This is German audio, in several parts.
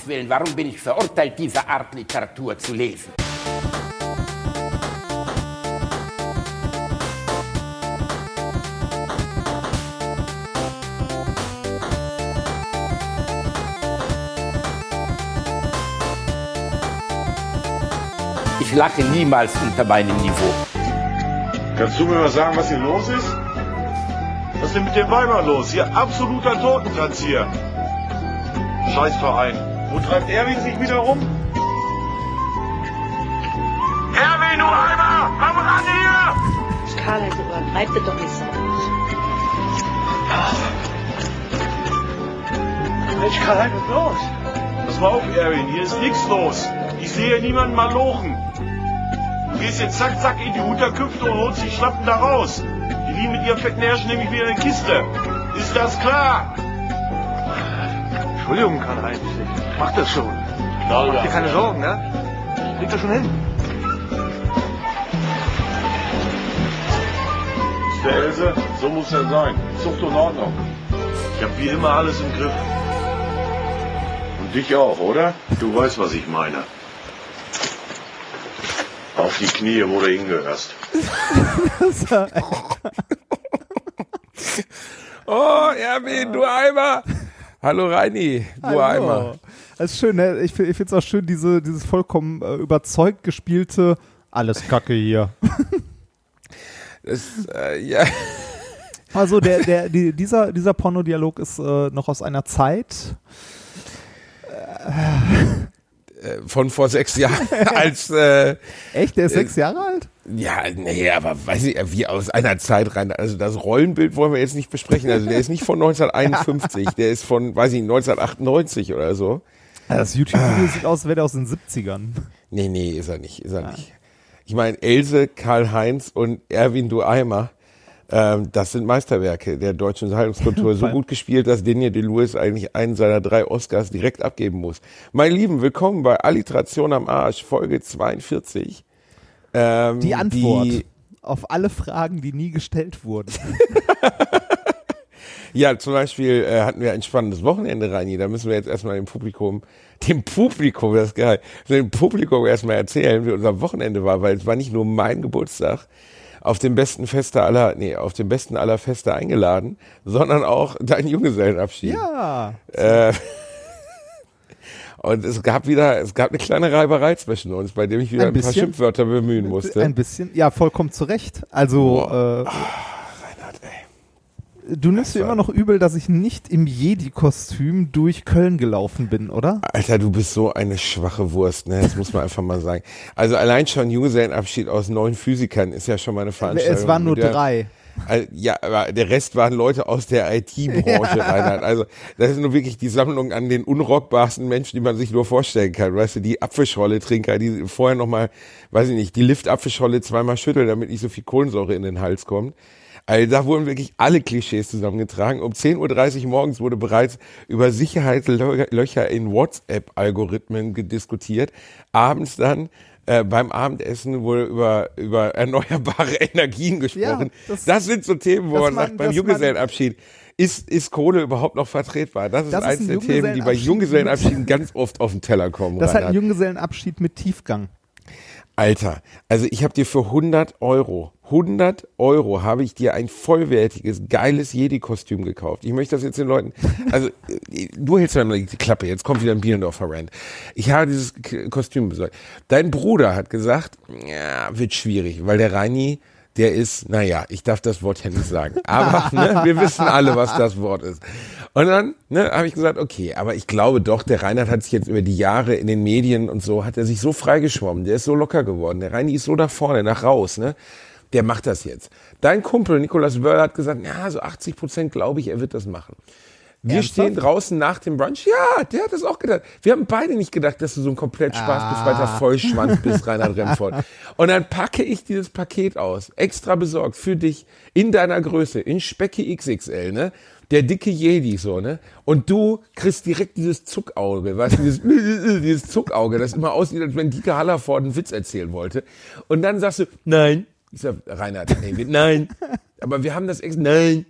Gottes Willen, warum bin ich verurteilt, diese Art Literatur zu lesen? Ich lache niemals unter meinem Niveau. Kannst du mir mal sagen, was hier los ist? Was ist denn mit den Weibern los? Hier absoluter Totentanz hier. Scheißverein. Wo treibt Erwin sich wieder rum? Erwin, du Eimer! Komm ran hier! Karl-Heinz, übertreib das doch nicht so. Mensch, Karl-Heinz, was ist los? Pass mal auf, Erwin, hier ist nichts los. Ich sehe niemanden mal lochen. Du gehst jetzt zack, zack in die Unterkünfte und holst die Schlappen da raus. Die liegen mit ihren fetten Ärschen nämlich wieder in der Kiste. Ist das klar? Entschuldigung, Karl-Heinz, ich mach das schon. Mach dir keine Sorgen, ne? Krieg das schon hin. Ist der Else? So muss er sein. Zucht und Ordnung. Ich hab wie immer alles im Griff. Und dich auch, oder? Du weißt, was ich meine. Auf die Knie, wo du hingehörst. Oh, Erwin, du Eimer. Hallo Reini, du Eimer. Das ist schön, ne? Ich finde es auch schön, dieses vollkommen überzeugt gespielte alles Kacke hier. Ja. Also dieser Pornodialog ist noch aus einer Zeit von vor 6 Jahren als echt? Der ist 6 Jahre alt? Ja, nee, aber weiß ich, wie aus einer Zeit rein. Also das Rollenbild wollen wir jetzt nicht besprechen. Also der ist nicht von 1951, der ist von, weiß ich, 1998 oder so. Das YouTube-Video sieht aus, als wäre der aus den 70ern. Nee, ist er nicht. Nicht. Ich meine, Else, Karl-Heinz und Erwin, du Eimer, das sind Meisterwerke der deutschen Unterhaltungskultur. So gut gespielt, dass Daniel Day-Lewis eigentlich einen seiner 3 Oscars direkt abgeben muss. Meine Lieben, willkommen bei Alliteration am Arsch, Folge 42. Die Antwort auf alle Fragen, die nie gestellt wurden. Ja, zum Beispiel hatten wir ein spannendes Wochenende, Reini. Da müssen wir jetzt erstmal dem Publikum, das ist geil, dem Publikum erstmal erzählen, wie unser Wochenende war, weil es war nicht nur mein Geburtstag, auf dem besten aller Feste eingeladen, sondern auch dein Junggesellenabschied. Ja. Und es gab eine kleine Reiberei zwischen uns, bei dem ich wieder ein paar Schimpfwörter bemühen musste. Ein bisschen, ja, vollkommen zu Recht. Also, Reinhard, ey. Du nimmst dir immer noch übel, dass ich nicht im Jedi-Kostüm durch Köln gelaufen bin, oder? Alter, du bist so eine schwache Wurst, ne? Das muss man einfach mal sagen. Also allein schon Junggesellenabschied aus 9 Physikern ist ja schon mal eine Veranstaltung. Es waren nur 3. Ja, aber der Rest waren Leute aus der IT-Branche, Reinhard. Also das ist nur wirklich die Sammlung an den unrockbarsten Menschen, die man sich nur vorstellen kann. Weißt du, die Apfelschorle-Trinker, die vorher nochmal, weiß ich nicht, die Lift-Apfelschorle 2-mal schütteln, damit nicht so viel Kohlensäure in den Hals kommt. Also da wurden wirklich alle Klischees zusammengetragen. Um 10.30 Uhr morgens wurde bereits über Sicherheitslöcher in WhatsApp-Algorithmen diskutiert. Abends dann beim Abendessen wurde über erneuerbare Energien gesprochen. Ja, das sind so Themen, wo man sagt, beim Junggesellenabschied, ist Kohle überhaupt noch vertretbar? Das ist eins der Themen, die bei Junggesellenabschieden ganz oft auf den Teller kommen. Das ist halt ein Junggesellenabschied mit Tiefgang. Alter, also ich habe dir für 100 Euro habe ich dir ein vollwertiges, geiles Jedi-Kostüm gekauft. Ich möchte das jetzt den Leuten, also du hältst mir mal die Klappe, jetzt kommt wieder ein Bielendorfer Rant. Ich habe dieses Kostüm besorgt. Dein Bruder hat gesagt, ja, wird schwierig, weil der Reini, der ist, naja, ich darf das Wort ja nicht sagen, aber ne, wir wissen alle, was das Wort ist. Und dann habe ich gesagt, okay, aber ich glaube doch, der Reinhard hat sich jetzt über die Jahre in den Medien und so, hat er sich so freigeschwommen, der ist so locker geworden, der Reini ist so da vorne, nach raus, ne? Der macht das jetzt. Dein Kumpel Nicolas Wörl hat gesagt, ja, so 80% glaube ich, er wird das machen. Wir stehen draußen nach dem Brunch. Ja, der hat das auch gedacht. Wir haben beide nicht gedacht, dass du so ein komplett spaßbefreiter Vollschwanz bist, Reinhard Remford. Und dann packe ich dieses Paket aus, extra besorgt für dich, in deiner Größe, in Specki XXL, ne? Der dicke Jedi, so, ne? Und du kriegst direkt dieses Zuckauge, weißt du, dieses Zuckauge, das immer aussieht, als wenn Dieter Hallervorden einen Witz erzählen wollte. Und dann sagst du, nein. Ich sag, Reinhard, nein. Aber wir haben das nein.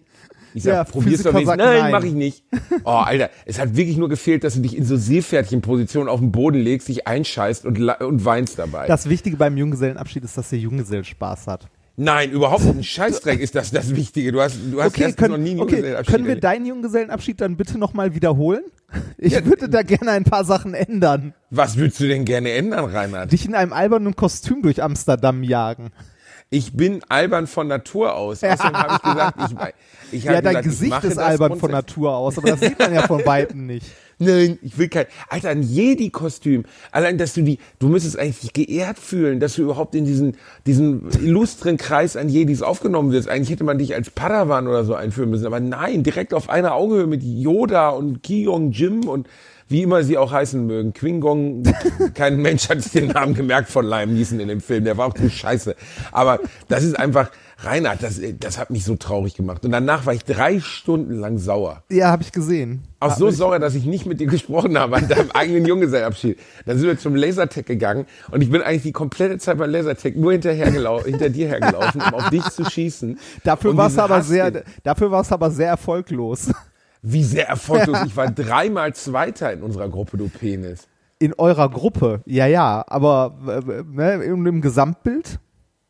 Ich sag, Ja, probier's doch Physiker wenigstens. sagt Nein, nein. mach ich nicht. Oh, Alter, es hat wirklich nur gefehlt, dass du dich in so Seepferdchenposition auf den Boden legst, dich einscheißt und weinst dabei. Das Wichtige beim Junggesellenabschied ist, dass der Junggesell Spaß hat. Nein, überhaupt nicht. Ein Scheißdreck ist das Wichtige. Du hast erstens noch nie einen Junggesellenabschied können wir erlebt. deinen Junggesellenabschied dann bitte nochmal wiederholen? Ich würde da gerne ein paar Sachen ändern. Was würdest du denn gerne ändern, Reinhard? Dich in einem albernen Kostüm durch Amsterdam jagen. Ich bin albern von Natur aus. Außerdem habe ich gesagt, ich habe Ja, dein gesagt, ich Gesicht mache ist das albern von grundsätzlich. Natur aus, aber das sieht man ja von Weitem nicht. Nein, ich will kein, Alter, ein Jedi-Kostüm. Allein, dass du müsstest eigentlich geehrt fühlen, dass du überhaupt in diesen illustren Kreis an Jedis aufgenommen wirst. Eigentlich hätte man dich als Padawan oder so einführen müssen. Aber nein, direkt auf einer Augenhöhe mit Yoda und Qui-Gon Jinn und wie immer sie auch heißen mögen. Qui-Gon, kein Mensch hat sich den Namen gemerkt von Liam Neeson in dem Film. Der war auch zu scheiße. Aber das ist einfach, Reinhard, das hat mich so traurig gemacht. Und danach war ich 3 Stunden lang sauer. Ja, habe ich gesehen. Auch so sauer, dass ich nicht mit dir gesprochen habe an deinem eigenen Junggesellenabschied. Dann sind wir zum Lasertag gegangen und ich bin eigentlich die komplette Zeit beim Lasertag nur hinter dir hergelaufen, um auf dich zu schießen. Dafür Und war es diesen Hass, aber sehr erfolglos. Wie sehr erfolglos. Ich war 3-mal Zweiter in unserer Gruppe, du Penis. In eurer Gruppe, ja, aber im Gesamtbild?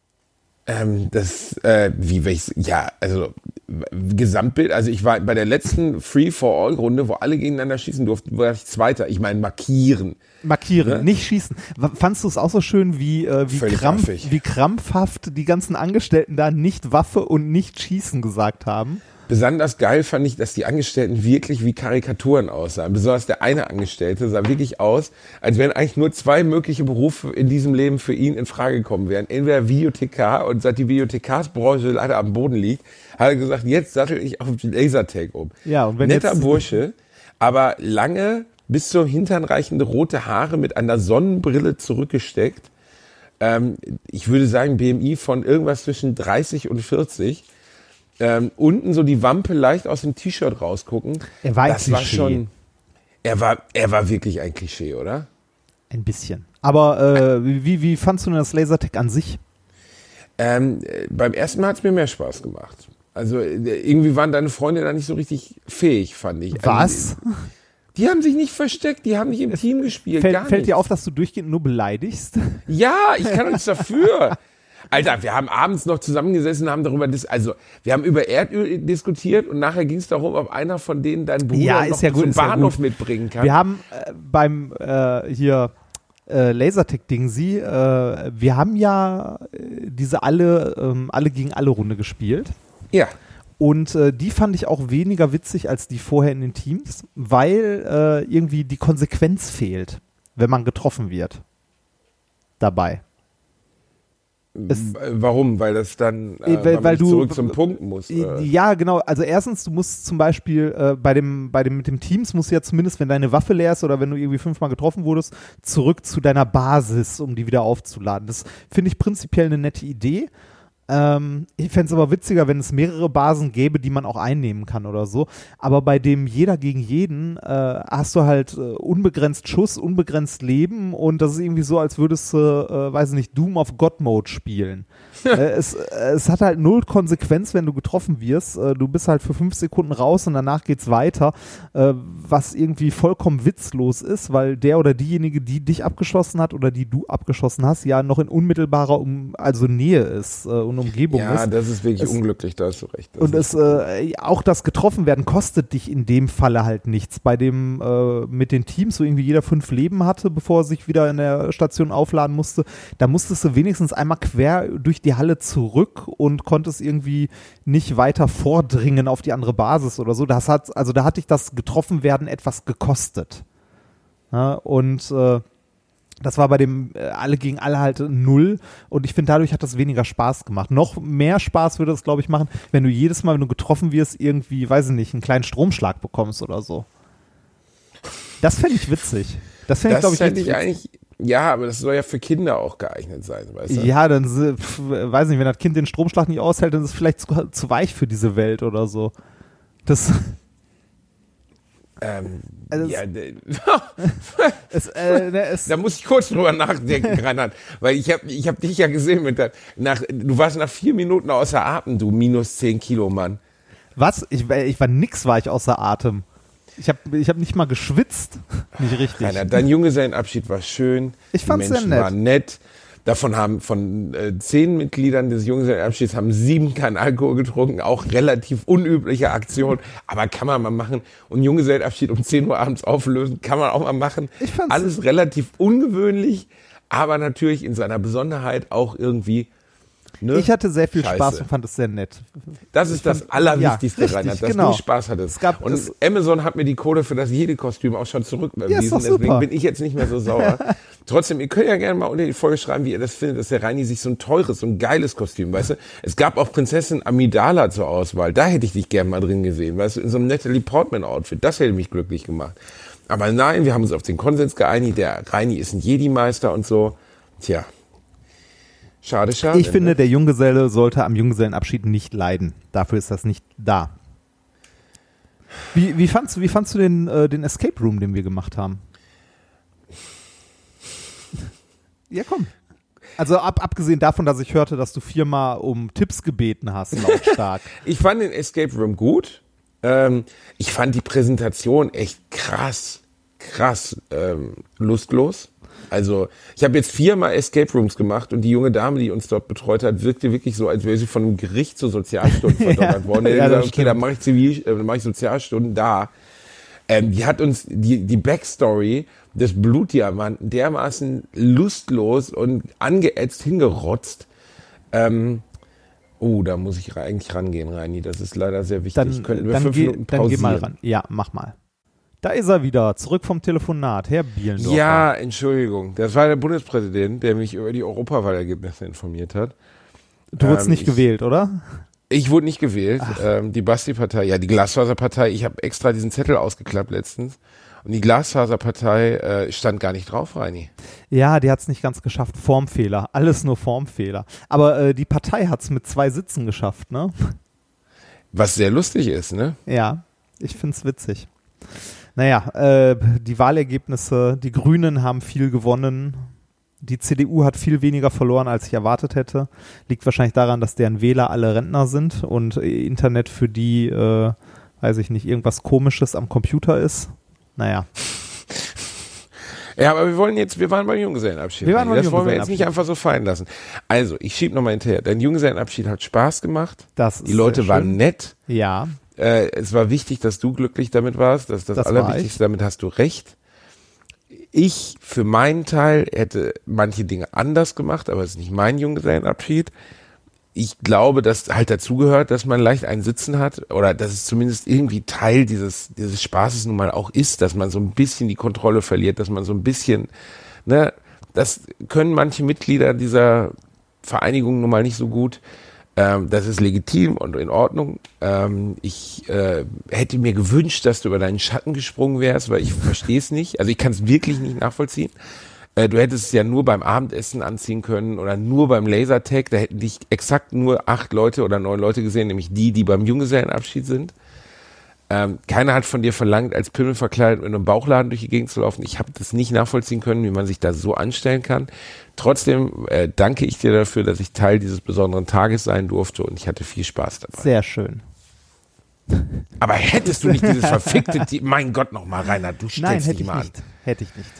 Gesamtbild, also ich war bei der letzten Free-for-All-Runde, wo alle gegeneinander schießen durften, war ich Zweiter. Ich meine markieren. Markieren, Ne? nicht schießen. Fandst du es auch so schön, wie krampfhaft die ganzen Angestellten da nicht Waffe und nicht Schießen gesagt haben? Besonders geil fand ich, dass die Angestellten wirklich wie Karikaturen aussahen. Besonders der eine Angestellte sah wirklich aus, als wären eigentlich nur 2 mögliche Berufe in diesem Leben für ihn in Frage gekommen wären. Entweder Videothekar, und seit die Videothekarsbranche leider am Boden liegt, hat er gesagt, jetzt sattel ich auf den Lasertag um. Ja, und wenn Netter jetzt Bursche, aber lange, bis zum Hintern reichende rote Haare mit einer Sonnenbrille zurückgesteckt. Ich würde sagen BMI von irgendwas zwischen 30 und 40. Unten so die Wampe leicht aus dem T-Shirt rausgucken. Er war das war schon. Er war wirklich ein Klischee, oder? ein bisschen. Aber wie fandst du denn das Lasertag an sich? Beim ersten Mal hat es mir mehr Spaß gemacht. Also irgendwie waren deine Freunde da nicht so richtig fähig, fand ich. Was? Die haben sich nicht versteckt, die haben nicht im Team gespielt. Fällt dir auf, dass du durchgehend nur beleidigst? Ja, ich kann nichts dafür. Alter, wir haben abends noch zusammengesessen und haben wir haben über Erdöl diskutiert und nachher ging es darum, ob einer von denen deinen Bruder zum Bahnhof mitbringen kann. Wir haben beim Lasertag-Ding wir haben ja diese alle gegen alle Runde gespielt. Ja. Und die fand ich auch weniger witzig als die vorher in den Teams, weil irgendwie die Konsequenz fehlt, wenn man getroffen wird. Dabei. Warum? Weil das dann weil du zurück zum Punkt musst. Ja, genau. Also erstens, du musst zum Beispiel mit dem Teams musst du ja zumindest, wenn deine Waffe leer ist oder wenn du irgendwie 5-mal getroffen wurdest, zurück zu deiner Basis, um die wieder aufzuladen. Das finde ich prinzipiell eine nette Idee. Ich fände es aber witziger, wenn es mehrere Basen gäbe, die man auch einnehmen kann oder so. Aber bei dem jeder gegen jeden hast du halt unbegrenzt Schuss, unbegrenzt Leben und das ist irgendwie so, als würdest du, weiß nicht, Doom of God Mode spielen. Es hat halt null Konsequenz, wenn du getroffen wirst. Du bist halt für 5 Sekunden raus und danach geht's weiter, was irgendwie vollkommen witzlos ist, weil der oder diejenige, die dich abgeschossen hat oder die du abgeschossen hast, ja noch in unmittelbarer Nähe ist und Umgebung ist. Ja, das ist wirklich unglücklich, da hast du recht. Auch das getroffen werden kostet dich in dem Falle halt nichts. Bei dem mit den Teams, wo irgendwie jeder 5 Leben hatte, bevor er sich wieder in der Station aufladen musste, da musstest du wenigstens einmal quer durch die Halle zurück und konntest irgendwie nicht weiter vordringen auf die andere Basis oder so. Da hat dich das getroffen werden etwas gekostet. Ja, und das war bei dem alle gegen alle halt 0 und ich finde, dadurch hat das weniger Spaß gemacht. Noch mehr Spaß würde das, glaube ich, machen, wenn du jedes Mal, wenn du getroffen wirst, irgendwie, weiß ich nicht, einen kleinen Stromschlag bekommst oder so. Das fände ich witzig. Das fände ich, glaube ich, richtig witzig. Ja, aber das soll ja für Kinder auch geeignet sein, weißt du? Ja, dann, weiß nicht, wenn das Kind den Stromschlag nicht aushält, dann ist es vielleicht zu weich für diese Welt oder so. Das... Da muss ich kurz drüber nachdenken, Reinhard, weil ich hab dich ja gesehen du warst nach 4 Minuten außer Atem, du minus 10 Kilo, Mann. Was? Ich war ich außer Atem. Ich hab nicht mal geschwitzt. Nicht richtig. Rainer, dein Junggesellenabschied war schön. Ich fand's sehr nett. Die Menschen waren nett. Davon haben von 10 Mitgliedern des Junggesellenabschieds haben 7 keinen Alkohol getrunken. Auch relativ unübliche Aktion. Aber kann man mal machen. Und Junggesellenabschied um 10 Uhr abends auflösen, kann man auch mal machen. Ich fand's alles relativ ungewöhnlich, aber natürlich in seiner Besonderheit auch irgendwie. Ne? Ich hatte sehr viel Scheiße. Spaß und fand es sehr nett. Das ist das Allerwichtigste, ja, richtig, Reinhard, dass genau. du Spaß hattest. Und Amazon hat mir die Kohle für das Jede-Kostüm auch schon zurücküberwiesen. Ja, ist doch deswegen super. bin ich jetzt nicht mehr so sauer. Trotzdem, ihr könnt ja gerne mal unter die Folge schreiben, wie ihr das findet, dass der Reini sich so ein teures, so ein geiles Kostüm, weißt du? Es gab auch Prinzessin Amidala zur Auswahl. Da hätte ich dich gerne mal drin gesehen, weißt du? In so einem Natalie Portman-Outfit. Das hätte mich glücklich gemacht. Aber nein, wir haben uns auf den Konsens geeinigt. Der Reini ist ein Jedi-Meister und so. Tja. Schade, schade. Ich finde, der Junggeselle sollte am Junggesellenabschied nicht leiden. Dafür ist das nicht da. Wie fandst du den Escape Room, den wir gemacht haben? Ja, komm. Also abgesehen davon, dass ich hörte, dass du 4-mal um Tipps gebeten hast, lautstark. Ich fand den Escape Room gut. Ich fand die Präsentation echt krass lustlos. Also ich habe jetzt 4-mal Escape Rooms gemacht und die junge Dame, die uns dort betreut hat, wirkte wirklich so, als wäre sie von einem Gericht zu Sozialstunden verdonnert worden. Ja, gesagt, okay, dann mache ich Sozialstunden da. Die hat uns die Backstory des Blutdiamanten dermaßen lustlos und angeätzt hingerotzt. Da muss ich eigentlich rangehen, Reini. Das ist leider sehr wichtig. Könnten wir 5 Minuten pausieren? Dann geh mal ran. Ja, mach mal. Da ist er wieder, zurück vom Telefonat, Herr Bielendorfer. Ja, Entschuldigung. Das war der Bundespräsident, der mich über die Europawahlergebnisse informiert hat. Du wurdest nicht gewählt, oder? Ich wurde nicht gewählt. Die Basti-Partei, ja, die Glasfaserpartei, ich habe extra diesen Zettel ausgeklappt letztens. Und die Glasfaserpartei stand gar nicht drauf, Reini. Ja, die hat es nicht ganz geschafft. Formfehler. Alles nur Formfehler. Aber die Partei hat es mit 2 Sitzen geschafft, ne? Was sehr lustig ist, ne? Ja, ich find's witzig. Naja, die Wahlergebnisse, die Grünen haben viel gewonnen. Die CDU hat viel weniger verloren, als ich erwartet hätte. Liegt wahrscheinlich daran, dass deren Wähler alle Rentner sind und Internet für die, weiß ich nicht, irgendwas Komisches am Computer ist. Naja. Ja, aber wir waren beim Junggesellenabschied. Das wollen wir jetzt nicht einfach so fallen lassen. Also, ich schieb nochmal hinterher. Dein Junggesellenabschied hat Spaß gemacht. Die Leute waren nett. Ja. Es war wichtig, dass du glücklich damit warst. Das ist das Allerwichtigste. Damit hast du recht. Ich für meinen Teil hätte manche Dinge anders gemacht, aber es ist nicht mein Junggesellenabschied. Ich glaube, dass halt dazugehört, dass man leicht ein Sitzen hat oder dass es zumindest irgendwie Teil dieses Spaßes nun mal auch ist, dass man so ein bisschen die Kontrolle verliert, dass man so ein bisschen, ne, das können manche Mitglieder dieser Vereinigung nun mal nicht so gut. Das ist legitim und in Ordnung. Ich hätte mir gewünscht, dass du über deinen Schatten gesprungen wärst, weil ich verstehe es nicht. Also ich kann es wirklich nicht nachvollziehen. Du hättest es ja nur beim Abendessen anziehen können oder nur beim Lasertag. Da hätten dich exakt nur 8 Leute oder 9 Leute gesehen, nämlich die beim Junggesellenabschied sind. Keiner hat von dir verlangt, als Pimmel verkleidet mit einem Bauchladen durch die Gegend zu laufen. Ich habe das nicht nachvollziehen können, wie man sich da so anstellen kann. Trotzdem danke ich dir dafür, dass ich Teil dieses besonderen Tages sein durfte und ich hatte viel Spaß dabei. Sehr schön. Aber hättest du nicht dieses verfickte mein Gott nochmal, Reinhard, du stellst dich mal an. Hätte ich nicht.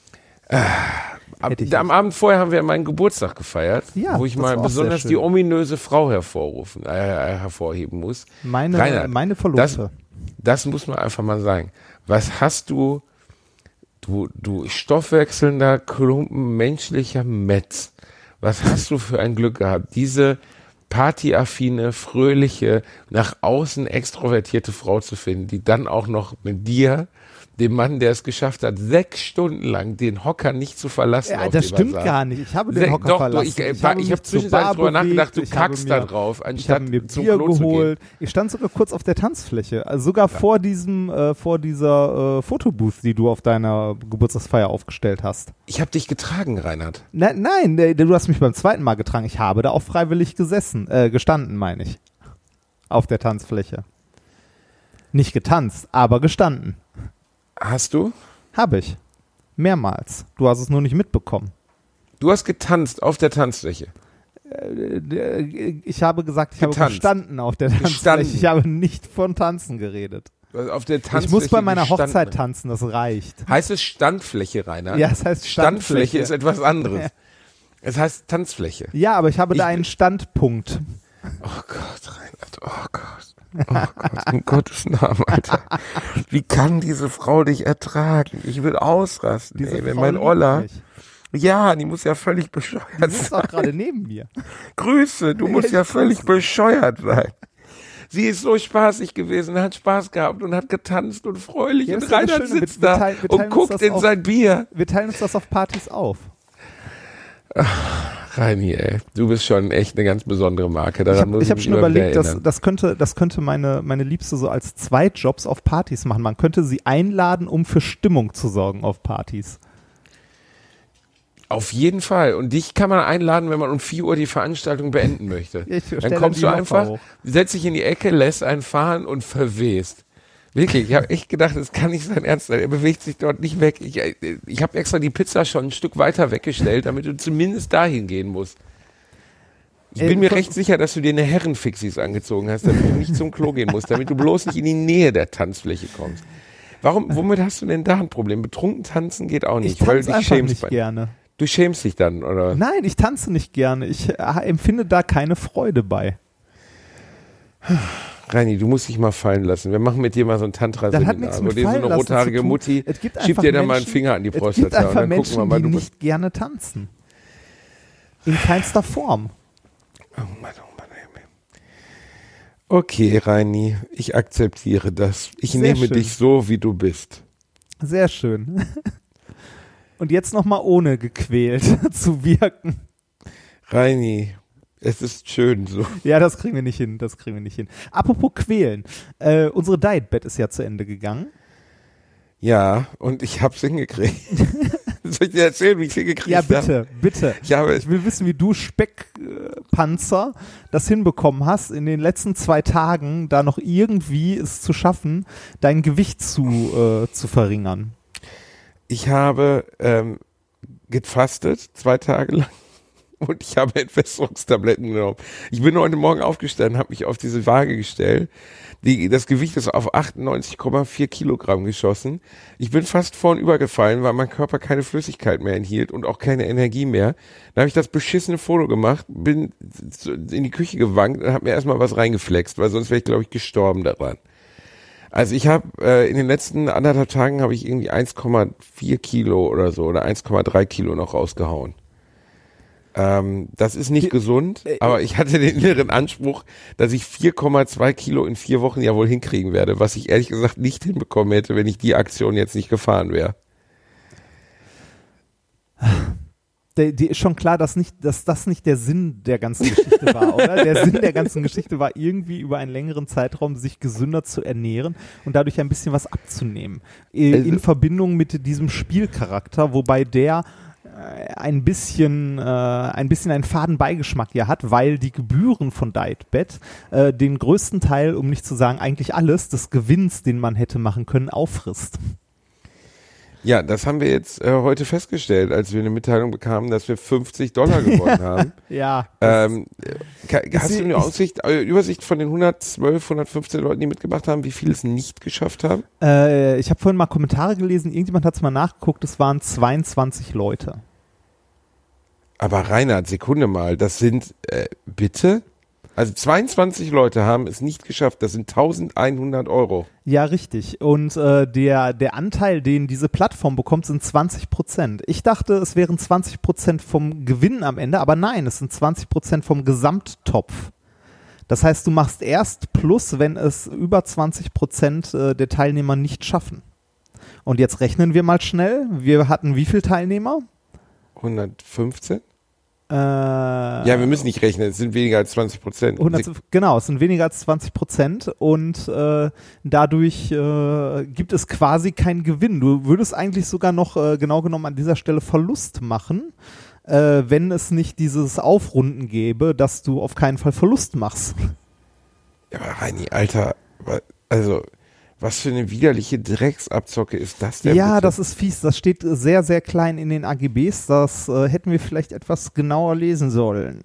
Am Abend vorher haben wir meinen Geburtstag gefeiert, ja, wo ich mal besonders die ominöse Frau hervorheben muss. Meine Verlobte. Das muss man einfach mal sagen. Was hast du stoffwechselnder Klumpen menschlicher Metz, was hast du für ein Glück gehabt, diese partyaffine, fröhliche, nach außen extrovertierte Frau zu finden, die dann auch noch mit dir, dem Mann, der es geschafft hat, 6 Stunden lang den Hocker nicht zu verlassen. Ja, das stimmt gar nicht. Ich habe den Hocker verlassen. Ich habe zwischenzeitlich drüber nachgedacht, du kackst da drauf, anstatt mir zum Bier Klo geholt. zu gehen. Ich stand sogar kurz auf der Tanzfläche, also sogar vor dieser Fotobooth, die du auf deiner Geburtstagsfeier aufgestellt hast. Ich habe dich getragen, Reinhard. Nein, du hast mich beim 2. Mal getragen. Ich habe da auch freiwillig gestanden, meine ich. Auf der Tanzfläche. Nicht getanzt, aber gestanden. Hast du? Habe ich. Mehrmals. Du hast es nur nicht mitbekommen. Du hast getanzt auf der Tanzfläche. Ich habe gesagt, ich habe gestanden auf der Tanzfläche. Ich habe nicht von Tanzen geredet. Also auf der Tanzfläche ich muss bei meiner Hochzeit tanzen, das reicht. Heißt es Standfläche, Rainer? Ja, es heißt Standfläche ist etwas anderes. Ja. Es heißt Tanzfläche. Ja, aber ich habe da einen Standpunkt. Oh Gott, Reinhard, oh Gott. Oh Gott, in Gottes Namen, Alter. Wie kann diese Frau dich ertragen? Ich will ausrasten, ey, wenn mein Oller... Ja, die muss ja völlig bescheuert sein. Die ist auch gerade neben mir. Grüße, du musst ja völlig bescheuert sein. Sie ist so spaßig gewesen, hat Spaß gehabt und hat getanzt und fröhlich. Ja, und Reinhard sitzt da und guckt in sein Bier. Wir teilen uns das auf Partys auf. Ach, Reini, ey, du bist schon echt eine ganz besondere Marke. Daran ich habe schon überlegt, das könnte meine Liebste so als Zweitjobs auf Partys machen. Man könnte sie einladen, um für Stimmung zu sorgen auf Partys. Auf jeden Fall. Und dich kann man einladen, wenn man um 4 Uhr die Veranstaltung beenden möchte. Dann kommst du einfach, setzt dich in die Ecke, lässt einen fahren und verwehst. Wirklich, ich habe echt gedacht, das kann nicht sein Ernst sein. Er bewegt sich dort nicht weg. Ich habe extra die Pizza schon ein Stück weiter weggestellt, damit du zumindest dahin gehen musst. Ich bin mir recht sicher, dass du dir eine Herrenfixis angezogen hast, damit du nicht zum Klo gehen musst, damit du bloß nicht in die Nähe der Tanzfläche kommst. Womit hast du denn da ein Problem? Betrunken tanzen geht auch nicht, weil du dich schämst. Nicht gerne. Du schämst dich dann, oder? Nein, ich tanze nicht gerne. Ich empfinde da keine Freude bei. Reini, du musst dich mal fallen lassen. Wir machen mit dir mal so ein Tantra-Seminar. Wo dir so eine rothaarige Mutti schiebt dir dann mal einen Finger an die Prostata. Es gibt einfach Menschen, die nicht gerne tanzen. In keinster Form. Oh Mann, ey. Okay, Reini, ich akzeptiere das. Ich nehme dich so, wie du bist. Sehr schön. Und jetzt nochmal ohne gequält zu wirken. Reini, es ist schön so. Ja, das kriegen wir nicht hin. Apropos quälen. Unsere Diet-Bet ist ja zu Ende gegangen. Ja, und ich hab's hingekriegt. Soll ich dir erzählen, wie ich es hingekriegt habe? Ja, bitte. Ich will wissen, wie du Speckpanzer das hinbekommen hast, in den letzten 2 Tagen da noch irgendwie es zu schaffen, dein Gewicht zu verringern. Ich habe gefastet 2 Tage lang und ich habe Entwässerungstabletten genommen. Ich bin heute Morgen aufgestanden, habe mich auf diese Waage gestellt. Das Gewicht ist auf 98,4 Kilogramm geschossen. Ich bin fast vornüber gefallen, weil mein Körper keine Flüssigkeit mehr enthielt und auch keine Energie mehr. Dann habe ich das beschissene Foto gemacht, bin in die Küche gewankt und habe mir erstmal was reingeflext, weil sonst wäre ich, glaube ich, gestorben daran. Also ich habe in den letzten 1,5 Tagen habe ich irgendwie 1,4 Kilo oder so oder 1,3 Kilo noch rausgehauen. Das ist nicht gesund, aber ich hatte den inneren Anspruch, dass ich 4,2 Kilo in 4 Wochen ja wohl hinkriegen werde, was ich ehrlich gesagt nicht hinbekommen hätte, wenn ich die Aktion jetzt nicht gefahren wäre. Dir ist schon klar, dass das nicht der Sinn der ganzen Geschichte war, oder? Der Sinn der ganzen Geschichte war irgendwie über einen längeren Zeitraum sich gesünder zu ernähren und dadurch ein bisschen was abzunehmen. In Verbindung mit diesem Spielcharakter, wobei der ein bisschen einen faden Beigeschmack ja hat, weil die Gebühren von DietBet den größten Teil, um nicht zu sagen eigentlich alles, des Gewinns, den man hätte machen können, auffrisst. Ja, das haben wir jetzt heute festgestellt, als wir eine Mitteilung bekamen, dass wir $50 gewonnen haben. Ja. Hast du eine Übersicht von den 112, 115 Leuten, die mitgemacht haben, wie viele es nicht geschafft haben? Ich habe vorhin mal Kommentare gelesen, irgendjemand hat es mal nachgeguckt, es waren 22 Leute. Aber Reinhard, Sekunde mal, das sind, bitte? Also 22 Leute haben es nicht geschafft, das sind 1.100 €. Ja, richtig. Und der Anteil, den diese Plattform bekommt, sind 20%. Ich dachte, es wären 20% vom Gewinn am Ende, aber nein, es sind 20% vom Gesamttopf. Das heißt, du machst erst Plus, wenn es über 20% der Teilnehmer nicht schaffen. Und jetzt rechnen wir mal schnell. Wir hatten wie viele Teilnehmer? 115? Ja, wir müssen nicht rechnen, es sind weniger als 20%. Genau, es sind weniger als 20% und dadurch gibt es quasi keinen Gewinn. Du würdest eigentlich sogar noch genau genommen an dieser Stelle Verlust machen, wenn es nicht dieses Aufrunden gäbe, dass du auf keinen Fall Verlust machst. Ja, aber Reini, Alter, also Was für eine widerliche Drecksabzocke ist das denn? Ja, bitte? das ist fies. Das steht sehr, sehr klein in den AGBs. Das hätten wir vielleicht etwas genauer lesen sollen.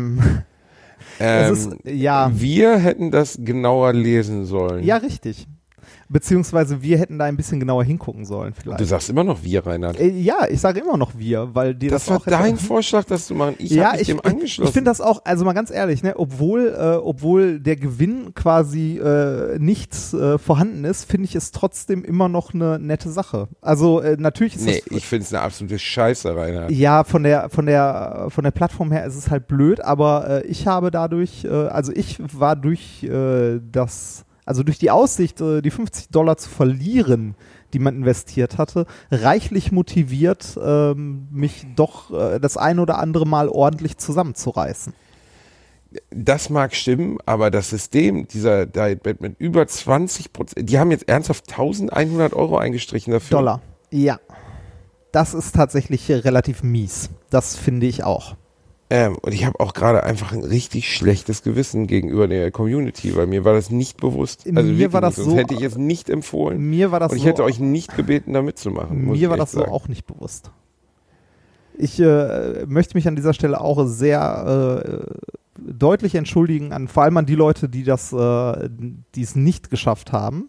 Wir hätten das genauer lesen sollen. Ja, richtig. Beziehungsweise wir hätten da ein bisschen genauer hingucken sollen vielleicht. Du sagst immer noch wir, Reinhard. Ja, ich sage immer noch wir, weil dir das war auch dein Vorschlag, das zu machen. Ich habe mich dem angeschlossen. Ich finde das auch, also mal ganz ehrlich, ne, obwohl der Gewinn quasi nicht vorhanden ist, finde ich es trotzdem immer noch eine nette Sache. Also natürlich ist ich finde es eine absolute Scheiße, Reinhard. Ja, von der Plattform her ist es halt blöd, aber ich habe dadurch, ich war durch durch die Aussicht, die $50 zu verlieren, die man investiert hatte, reichlich motiviert, mich doch das ein oder andere Mal ordentlich zusammenzureißen. Das mag stimmen, aber das System dieser Dietbet mit über 20%, die haben jetzt ernsthaft 1.100 € eingestrichen dafür. Dollar, ja. Das ist tatsächlich relativ mies. Das finde ich auch. Und ich habe auch gerade einfach ein richtig schlechtes Gewissen gegenüber der Community, weil mir war das nicht bewusst. Also mir war das sonst so, hätte ich es nicht empfohlen. Mir war das und ich so, hätte euch nicht gebeten, da mitzumachen. Mir war das so auch nicht bewusst. Ich möchte mich an dieser Stelle auch sehr deutlich entschuldigen, vor allem an die Leute, die es nicht geschafft haben.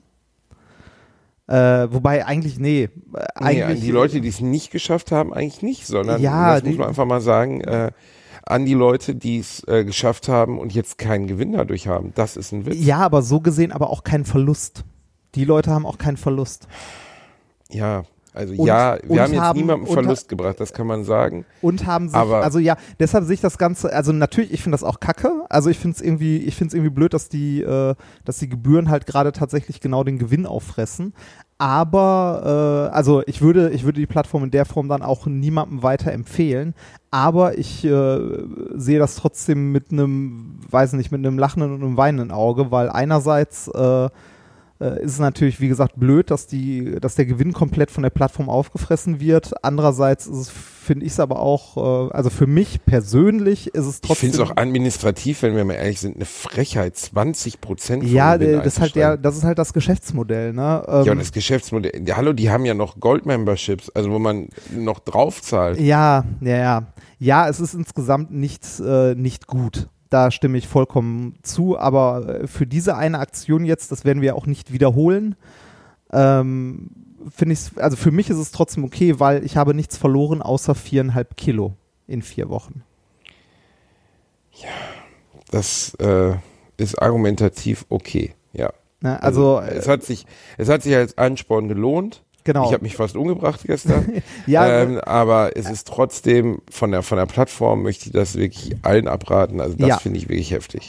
Wobei eigentlich, an die Leute, die es nicht geschafft haben, eigentlich nicht, sondern das muss man einfach mal sagen, an die Leute, die es geschafft haben und jetzt keinen Gewinn dadurch haben. Das ist ein Witz. Ja, aber so gesehen aber auch keinen Verlust. Die Leute haben auch keinen Verlust. Ja, also wir haben jetzt niemandem Verlust gebracht, das kann man sagen. Und haben sich, deshalb sehe ich das Ganze, also natürlich, ich finde das auch kacke, also ich finde es irgendwie blöd, dass die Gebühren halt gerade tatsächlich genau den Gewinn auffressen, aber ich würde die Plattform in der Form dann auch niemandem weiter empfehlen, aber ich sehe das trotzdem mit einem lachenden und einem weinenden Auge, weil einerseits ist es natürlich, wie gesagt, blöd, dass der Gewinn komplett von der Plattform aufgefressen wird. Andererseits finde ich es aber auch, für mich persönlich ist es trotzdem. Ich finde es auch administrativ, wenn wir mal ehrlich sind, eine Frechheit, 20%. Ja, das ist halt das Geschäftsmodell, ne? Ja, und das Geschäftsmodell, hallo, die haben ja noch Gold-Memberships, also wo man noch drauf zahlt. Ja, es ist insgesamt nicht gut. Da stimme ich vollkommen zu, aber für diese eine Aktion jetzt, das werden wir auch nicht wiederholen, finde ich, also für mich ist es trotzdem okay, weil ich habe nichts verloren, außer 4,5 Kilo in 4 Wochen. Ja, das ist argumentativ okay, ja. Na, also es hat sich als Ansporn gelohnt. Genau. Ich habe mich fast umgebracht gestern, aber es ist trotzdem von der Plattform, möchte ich das wirklich allen abraten, also das finde ich wirklich heftig.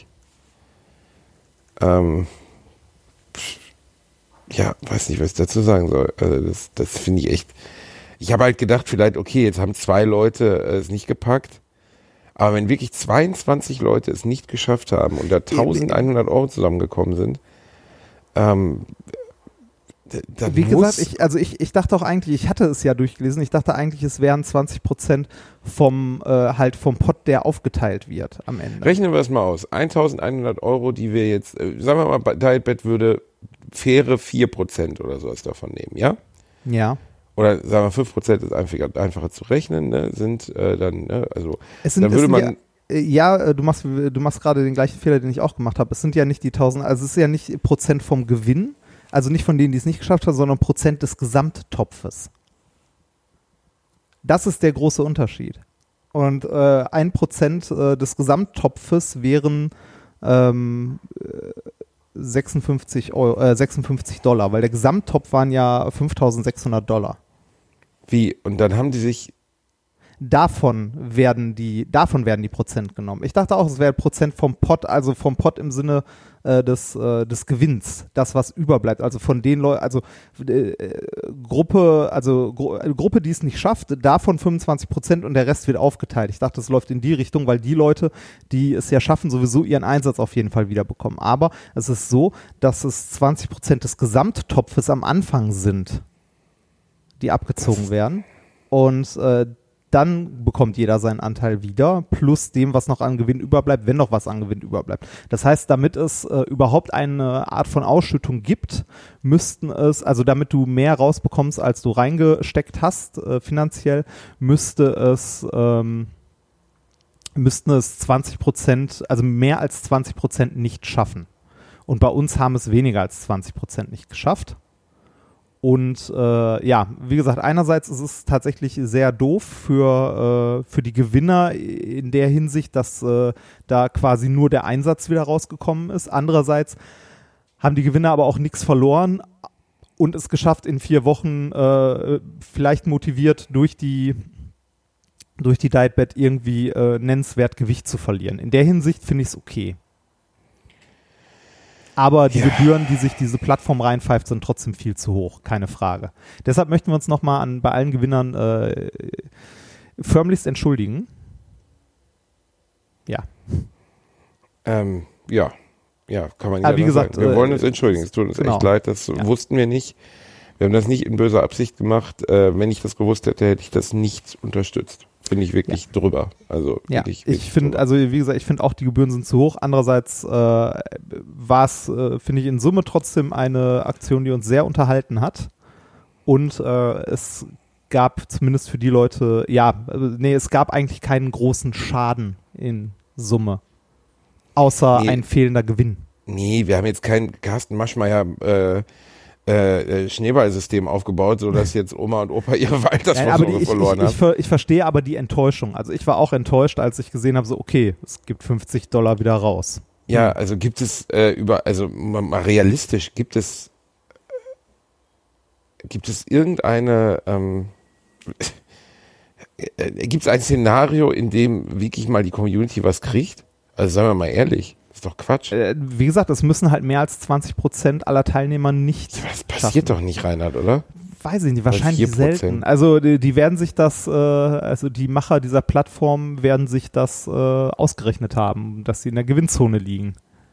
Weiß nicht, was ich dazu sagen soll, also das finde ich echt, ich habe halt gedacht, vielleicht okay, jetzt haben 2 Leute es nicht gepackt, aber wenn wirklich 22 Leute es nicht geschafft haben und da 1.100 € zusammengekommen sind, wie gesagt, ich dachte auch eigentlich, ich hatte es ja durchgelesen, ich dachte eigentlich, es wären 20% vom Pot, der aufgeteilt wird am Ende. Rechnen wir es mal aus. 1.100 €, die wir jetzt, sagen wir mal, Dietbet würde faire 4% oder sowas davon nehmen, ja? Ja. Oder sagen wir 5% ist einfacher zu rechnen, ne, sind dann, ne, also dann würde man... Ja, du machst gerade den gleichen Fehler, den ich auch gemacht habe. Es sind ja nicht die 1.000, also es ist ja nicht Prozent vom Gewinn, also nicht von denen, die es nicht geschafft haben, sondern Prozent des Gesamttopfes. Das ist der große Unterschied. Und 1% des Gesamttopfes wären $56, weil der Gesamttopf waren ja $5.600. Wie? Und dann haben die sich... Davon werden die Prozent genommen. Ich dachte auch, es wäre Prozent vom Pot, also vom Pot im Sinne des Gewinns, das was überbleibt. Also von den Leuten, Gruppe, die es nicht schafft, davon 25% und der Rest wird aufgeteilt. Ich dachte, es läuft in die Richtung, weil die Leute, die es ja schaffen, sowieso ihren Einsatz auf jeden Fall wieder bekommen. Aber es ist so, dass es 20% des Gesamttopfes am Anfang sind, die abgezogen werden. Und dann bekommt jeder seinen Anteil wieder, plus dem, was noch an Gewinn überbleibt, wenn noch was an Gewinn überbleibt. Das heißt, damit es überhaupt eine Art von Ausschüttung gibt, damit du mehr rausbekommst, als du reingesteckt hast, finanziell, müssten es 20%, also mehr als 20% nicht schaffen. Und bei uns haben es weniger als 20% nicht geschafft. Und wie gesagt, einerseits ist es tatsächlich sehr doof für die Gewinner in der Hinsicht, dass da quasi nur der Einsatz wieder rausgekommen ist. Andererseits haben die Gewinner aber auch nichts verloren und es geschafft, in 4 Wochen vielleicht motiviert durch die Dietbet irgendwie nennenswert Gewicht zu verlieren. In der Hinsicht finde ich es okay. Aber die Gebühren, die sich diese Plattform reinpfeift, sind trotzdem viel zu hoch, keine Frage. Deshalb möchten wir uns nochmal bei allen Gewinnern förmlichst entschuldigen. Ja. Kann man wie gesagt, sagen. Wir wollen uns entschuldigen, es tut uns echt leid, das wussten wir nicht. Wir haben das nicht in böser Absicht gemacht. Wenn ich das gewusst hätte, hätte ich das nicht unterstützt. Finde ich wirklich drüber. Also wirklich ich finde, wie gesagt, ich finde auch, die Gebühren sind zu hoch. Andererseits war es, finde ich, in Summe trotzdem eine Aktion, die uns sehr unterhalten hat. Und es gab zumindest für die Leute, es gab eigentlich keinen großen Schaden in Summe. Außer ein fehlender Gewinn. Nee, wir haben jetzt kein Carsten Maschmeyer Schneeballsystem aufgebaut, sodass jetzt Oma und Opa ihre Altersvorsorge verloren haben. Ich verstehe aber die Enttäuschung. Also ich war auch enttäuscht, als ich gesehen habe, so okay, es gibt $50 wieder raus. Ja, also gibt es mal realistisch, gibt es irgendeine gibt es ein Szenario, in dem wirklich mal die Community was kriegt? Also sagen wir mal ehrlich. Das ist doch Quatsch. Wie gesagt, es müssen halt mehr als 20% aller Teilnehmer nicht Das passiert doch nicht, Reinhard, oder? Weiß ich nicht, wahrscheinlich selten. Also die werden sich das, die Macher dieser Plattform werden sich das ausgerechnet haben, dass sie in der Gewinnzone liegen.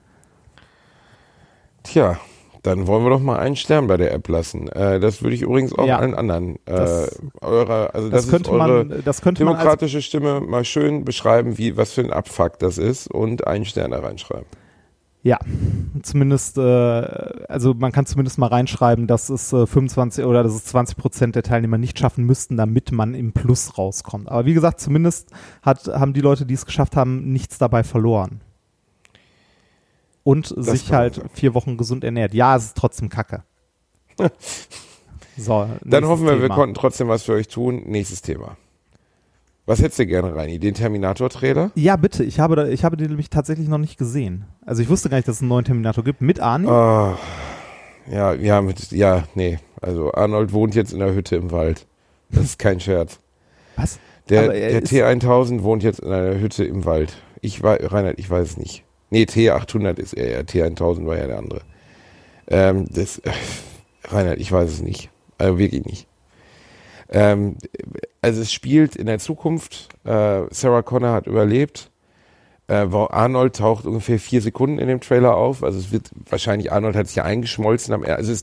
Tja, dann wollen wir doch mal einen Stern bei der App lassen. Das würde ich übrigens auch allen anderen. Das könnte man demokratische Stimme mal schön beschreiben, was für ein Abfuck das ist und einen Stern da reinschreiben. Ja, zumindest, man kann zumindest mal reinschreiben, dass es 20% der Teilnehmer nicht schaffen müssten, damit man im Plus rauskommt. Aber wie gesagt, zumindest haben die Leute, die es geschafft haben, nichts dabei verloren. Und das sich halt 4 Wochen gesund ernährt. Ja, es ist trotzdem Kacke. So, dann hoffen wir konnten trotzdem was für euch tun. Nächstes Thema. Was hättest du gerne, Reini? Den Terminator-Trailer? Ja, bitte. Ich habe den nämlich tatsächlich noch nicht gesehen. Also ich wusste gar nicht, dass es einen neuen Terminator gibt. Mit Arnie? Nee. Also Arnold wohnt jetzt in der Hütte im Wald. Das ist kein Scherz. Was? Der T1000 wohnt jetzt in einer Hütte im Wald. Reinhard, ich weiß es nicht. Nee, T800 ist er ja. T1000 war ja der andere. Reinhard, ich weiß es nicht. Also wirklich nicht. Also es spielt in der Zukunft. Sarah Connor hat überlebt. Arnold taucht ungefähr 4 Sekunden in dem Trailer auf. Also es wird wahrscheinlich, Arnold hat sich ja eingeschmolzen.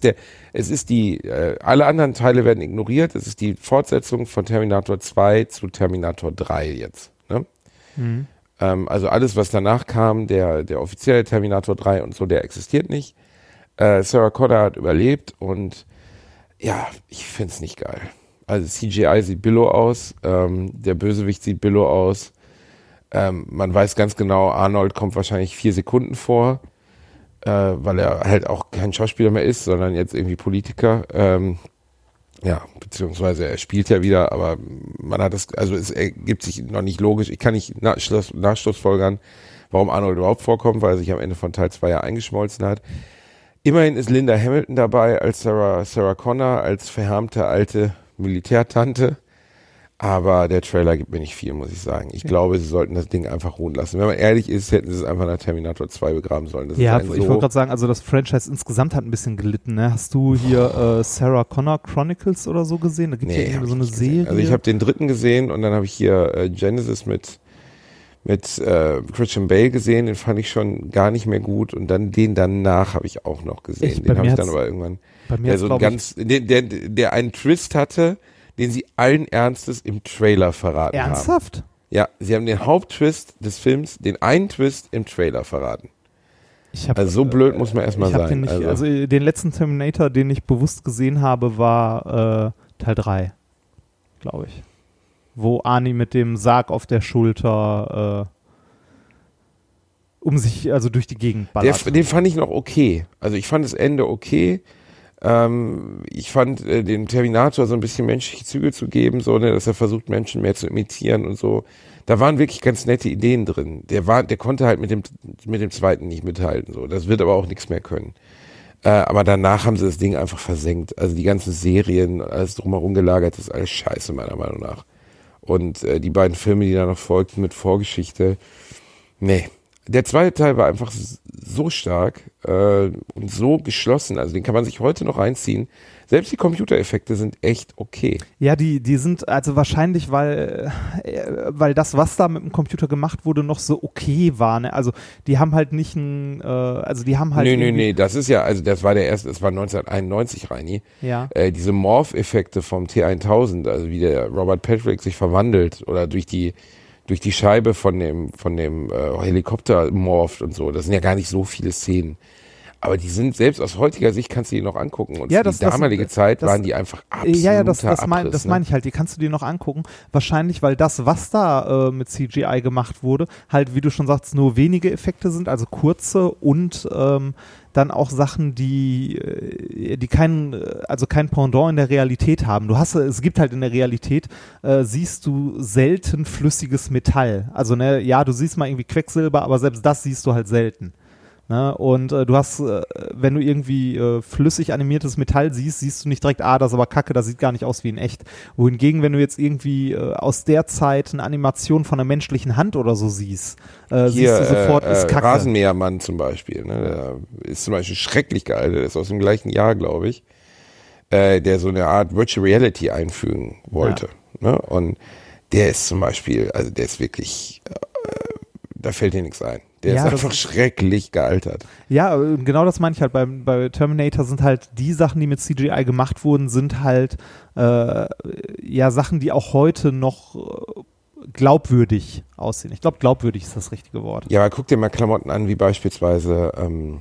Alle anderen Teile werden ignoriert. Es ist die Fortsetzung von Terminator 2 zu Terminator 3 jetzt. Ne? Mhm. Also alles, was danach kam, der offizielle Terminator 3 und so, der existiert nicht. Sarah Connor hat überlebt und ja, ich find's nicht geil. Also CGI sieht billo aus, der Bösewicht sieht billo aus. Man weiß ganz genau, Arnold kommt wahrscheinlich 4 Sekunden vor, weil er halt auch kein Schauspieler mehr ist, sondern jetzt irgendwie Politiker. Beziehungsweise er spielt ja wieder, aber man hat es ergibt sich noch nicht logisch. Ich kann nicht nachschlussfolgern, warum Arnold überhaupt vorkommt, weil er sich am Ende von Teil 2 ja eingeschmolzen hat. Immerhin ist Linda Hamilton dabei als Sarah Connor, als verhärmte alte Militärtante. Aber der Trailer gibt mir nicht viel, muss ich sagen. Ich glaube, sie sollten das Ding einfach ruhen lassen. Wenn man ehrlich ist, hätten sie es einfach nach Terminator 2 begraben sollen. Ich wollte gerade sagen, also das Franchise insgesamt hat ein bisschen gelitten. Ne? Hast du hier Sarah Connor Chronicles oder so gesehen? Da gibt es ja irgendwie so eine Serie. Also ich habe den 3. gesehen und dann habe ich hier Genesis mit Christian Bale gesehen. Den fand ich schon gar nicht mehr gut. Und dann den danach habe ich auch noch gesehen. Den habe ich dann aber irgendwann, der einen Twist hatte, den sie allen Ernstes im Trailer verraten haben. Ernsthaft? Ja, sie haben den Haupttwist des Films, den einen Twist im Trailer verraten. Also so blöd muss man erstmal sein. Den nicht, also den letzten Terminator, den ich bewusst gesehen habe, war Teil 3, glaube ich. Wo Arnie mit dem Sarg auf der Schulter durch die Gegend ballert. Den fand ich noch okay. Also ich fand das Ende okay. Ich fand dem Terminator so ein bisschen menschliche Züge zu geben, so, ne, dass er versucht, Menschen mehr zu imitieren und so. Da waren wirklich ganz nette Ideen drin. Der konnte halt mit dem zweiten nicht mithalten, so. Das wird aber auch nichts mehr können. Aber danach haben sie das Ding einfach versenkt. Also die ganzen Serien, alles drumherum gelagert, ist alles scheiße, meiner Meinung nach. Und die beiden Filme, die da noch folgten mit Vorgeschichte, nee. Der zweite Teil war einfach so stark und so geschlossen, also den kann man sich heute noch reinziehen. Selbst die Computereffekte sind echt okay. Ja, die sind also wahrscheinlich, weil das, was da mit dem Computer gemacht wurde, noch so okay war. Ne? Also die haben halt nicht Nee, das ist ja, also das war 1991, Reini. Ja. Diese Morph-Effekte vom T-1000, also wie der Robert Patrick sich verwandelt oder durch die Scheibe von dem Helikopter morpht und so. Das sind ja gar nicht so viele Szenen. Aber die sind, selbst aus heutiger Sicht kannst du die noch angucken. Und ja, für die damalige Zeit waren die einfach absoluter das meine ich halt. Die kannst du dir noch angucken. Wahrscheinlich, weil das, was da mit CGI gemacht wurde, halt, wie du schon sagst, nur wenige Effekte sind, also kurze und dann auch Sachen, die kein Pendant in der Realität haben. Es gibt halt in der Realität, siehst du selten flüssiges Metall. Also, ne, ja, du siehst mal irgendwie Quecksilber, aber selbst das siehst du halt selten. Ne? Und du hast, wenn du irgendwie flüssig animiertes Metall siehst du nicht direkt, das ist aber kacke, das sieht gar nicht aus wie in echt. Wohingegen, wenn du jetzt irgendwie aus der Zeit eine Animation von einer menschlichen Hand oder so siehst du sofort, ist kacke. Rasenmähermann zum Beispiel, ne? Der ist zum Beispiel schrecklich geil, der ist aus dem gleichen Jahr, glaube ich, der so eine Art Virtual Reality einfügen wollte. Ja. Ne? Und der ist zum Beispiel, also der ist wirklich, da fällt dir nichts ein. Der ist einfach schrecklich gealtert. Ja, genau das meine ich halt. Bei Terminator sind halt die Sachen, die mit CGI gemacht wurden, sind halt Sachen, die auch heute noch glaubwürdig aussehen. Ich glaube, glaubwürdig ist das richtige Wort. Ja, aber guck dir mal Klamotten an, wie beispielsweise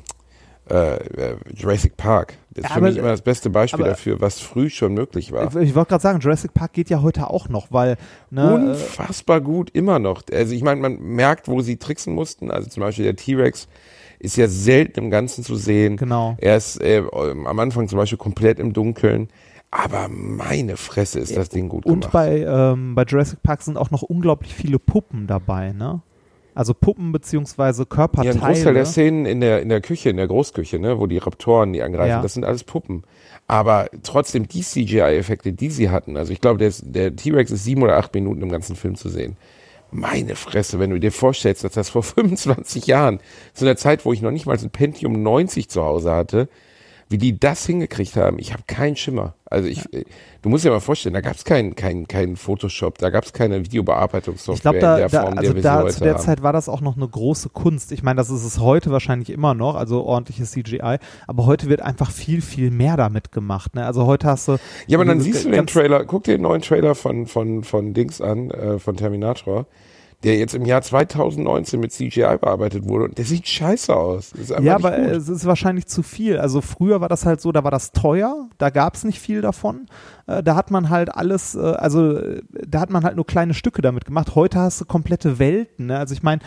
Jurassic Park. Das ist für mich immer das beste Beispiel dafür, was früh schon möglich war. Ich wollte gerade sagen, Jurassic Park geht ja heute auch noch, weil unfassbar gut immer noch. Also ich meine, man merkt, wo sie tricksen mussten. Also zum Beispiel der T-Rex ist ja selten im Ganzen zu sehen. Genau. Er ist am Anfang zum Beispiel komplett im Dunkeln. Aber meine Fresse ist das Ding gut gemacht. Und bei Jurassic Park sind auch noch unglaublich viele Puppen dabei, ne? Also Puppen beziehungsweise Körperteile. Ja, ein Großteil der Szenen in der Küche, in der Großküche, ne, wo die Raptoren die angreifen, das sind alles Puppen. Aber trotzdem die CGI-Effekte, die sie hatten, also ich glaube, der T-Rex ist 7 oder 8 Minuten im ganzen Film zu sehen. Meine Fresse, wenn du dir vorstellst, dass das vor 25 Jahren, zu einer Zeit, wo ich noch nicht mal ein Pentium 90 zu Hause hatte, wie die das hingekriegt haben, ich habe keinen Schimmer. Also du musst dir mal vorstellen, da gab es kein Photoshop, da gab es keine Videobearbeitungssoftware in der Form, der wir sie heute zu der haben. Zeit war das auch noch eine große Kunst. Ich meine, das ist es heute wahrscheinlich immer noch, also ordentliches CGI, aber heute wird einfach viel, viel mehr damit gemacht. Ne? Also heute hast du... Ja, aber dann siehst du den Trailer, guck dir den neuen Trailer von Dings an, von Terminator, der jetzt im Jahr 2019 mit CGI bearbeitet wurde und der sieht scheiße aus. Ja, aber es ist wahrscheinlich zu viel. Also früher war das halt so, da war das teuer, da gab es nicht viel davon. Da hat man halt alles, da hat man halt nur kleine Stücke damit gemacht. Heute hast du komplette Welten. Ne? Also ich meine,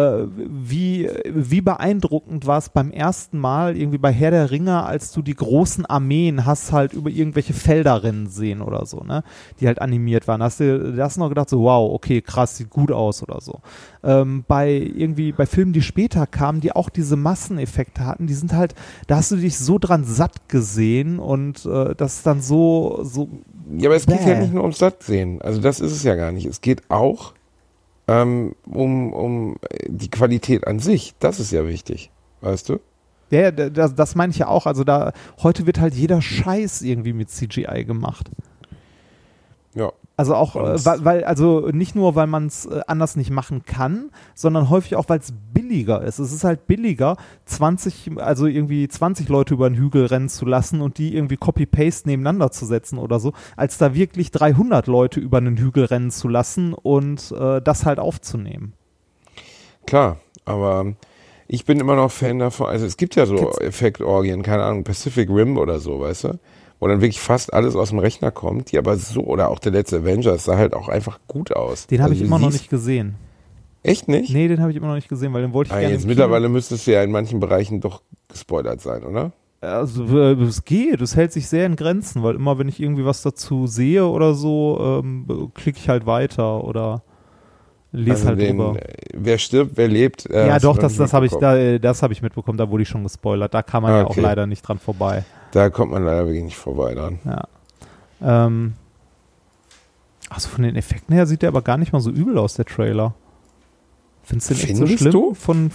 wie beeindruckend war es beim ersten Mal irgendwie bei Herr der Ringe, als du die großen Armeen hast halt über irgendwelche Felder rennen sehen oder so, ne? Die halt animiert waren. Da hast du noch gedacht so, wow, okay, krass, sieht gut aus oder so. Bei Filmen, die später kamen, die auch diese Masseneffekte hatten, die sind halt, da hast du dich so dran satt gesehen und das ist dann so ja, aber es geht ja nicht nur ums Sattsehen. Also das ist es ja gar nicht. Es geht auch um die Qualität an sich. Das ist ja wichtig, weißt du? Ja, das meine ich ja auch. Also heute wird halt jeder Scheiß irgendwie mit CGI gemacht. Ja, Also auch, also nicht nur, weil man es anders nicht machen kann, sondern häufig auch, weil es billiger ist. Es ist halt billiger, 20 Leute über einen Hügel rennen zu lassen und die irgendwie Copy-Paste nebeneinander zu setzen oder so, als da wirklich 300 Leute über einen Hügel rennen zu lassen und das halt aufzunehmen. Klar, aber ich bin immer noch Fan davon, also es gibt ja so Effektorgien, keine Ahnung, Pacific Rim oder so, weißt du? Wo dann wirklich fast alles aus dem Rechner kommt, die aber so, oder auch der letzte Avengers sah halt auch einfach gut aus. Den habe ich immer noch nicht gesehen. Echt nicht? Nee, den habe ich immer noch nicht gesehen, weil den wollte ich gerne jetzt mittlerweile müsstest du ja in manchen Bereichen doch gespoilert sein, oder? Also es geht, es hält sich sehr in Grenzen, weil immer, wenn ich irgendwie was dazu sehe oder so, klicke ich halt weiter oder lese halt drüber. Wer stirbt, wer lebt. Ja doch, das habe ich mitbekommen, da wurde ich schon gespoilert, da kann man ja auch leider nicht dran vorbei. Da kommt man leider wirklich nicht vorbei dran. Ja. Also von den Effekten her sieht der aber gar nicht mal so übel aus, der Trailer. Findest du den echt so schlimm? Du?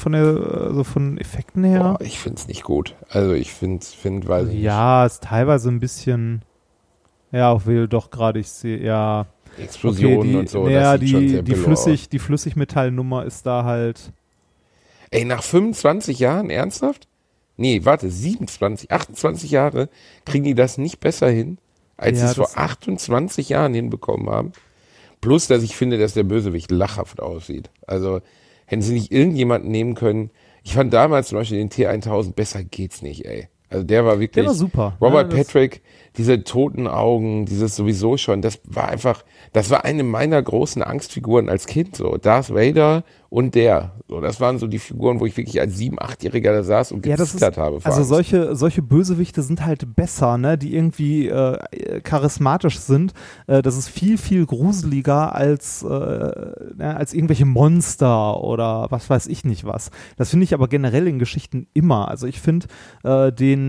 Von Effekten her? Boah, ich finde es nicht gut. Also ich weiß ich nicht. Ja, ist teilweise ein bisschen, ja, auch will doch gerade, ich sehe, ja. Explosionen und so, ja, das sieht schon sehr billow aus. Die Flüssigmetallnummer ist da halt. Ey, nach 25 Jahren, ernsthaft? Nee, warte, 28 Jahre kriegen die das nicht besser hin, als sie es vor 28 Jahren hinbekommen haben. Plus, dass ich finde, dass der Bösewicht lachhaft aussieht. Also, hätten sie nicht irgendjemanden nehmen können. Ich fand damals zum Beispiel den T-1000, besser geht's nicht, ey. Also der war wirklich. Der war super. Robert Patrick, diese toten Augen, dieses sowieso schon, das war eine meiner großen Angstfiguren als Kind, so. Darth Vader und der. So, das waren so die Figuren, wo ich wirklich als 7-, 8-Jähriger da saß und gezittert habe. Also solche Bösewichte sind halt besser, ne, die irgendwie charismatisch sind. Das ist viel, viel gruseliger als irgendwelche Monster oder was weiß ich nicht was. Das finde ich aber generell in Geschichten immer. Also ich finde den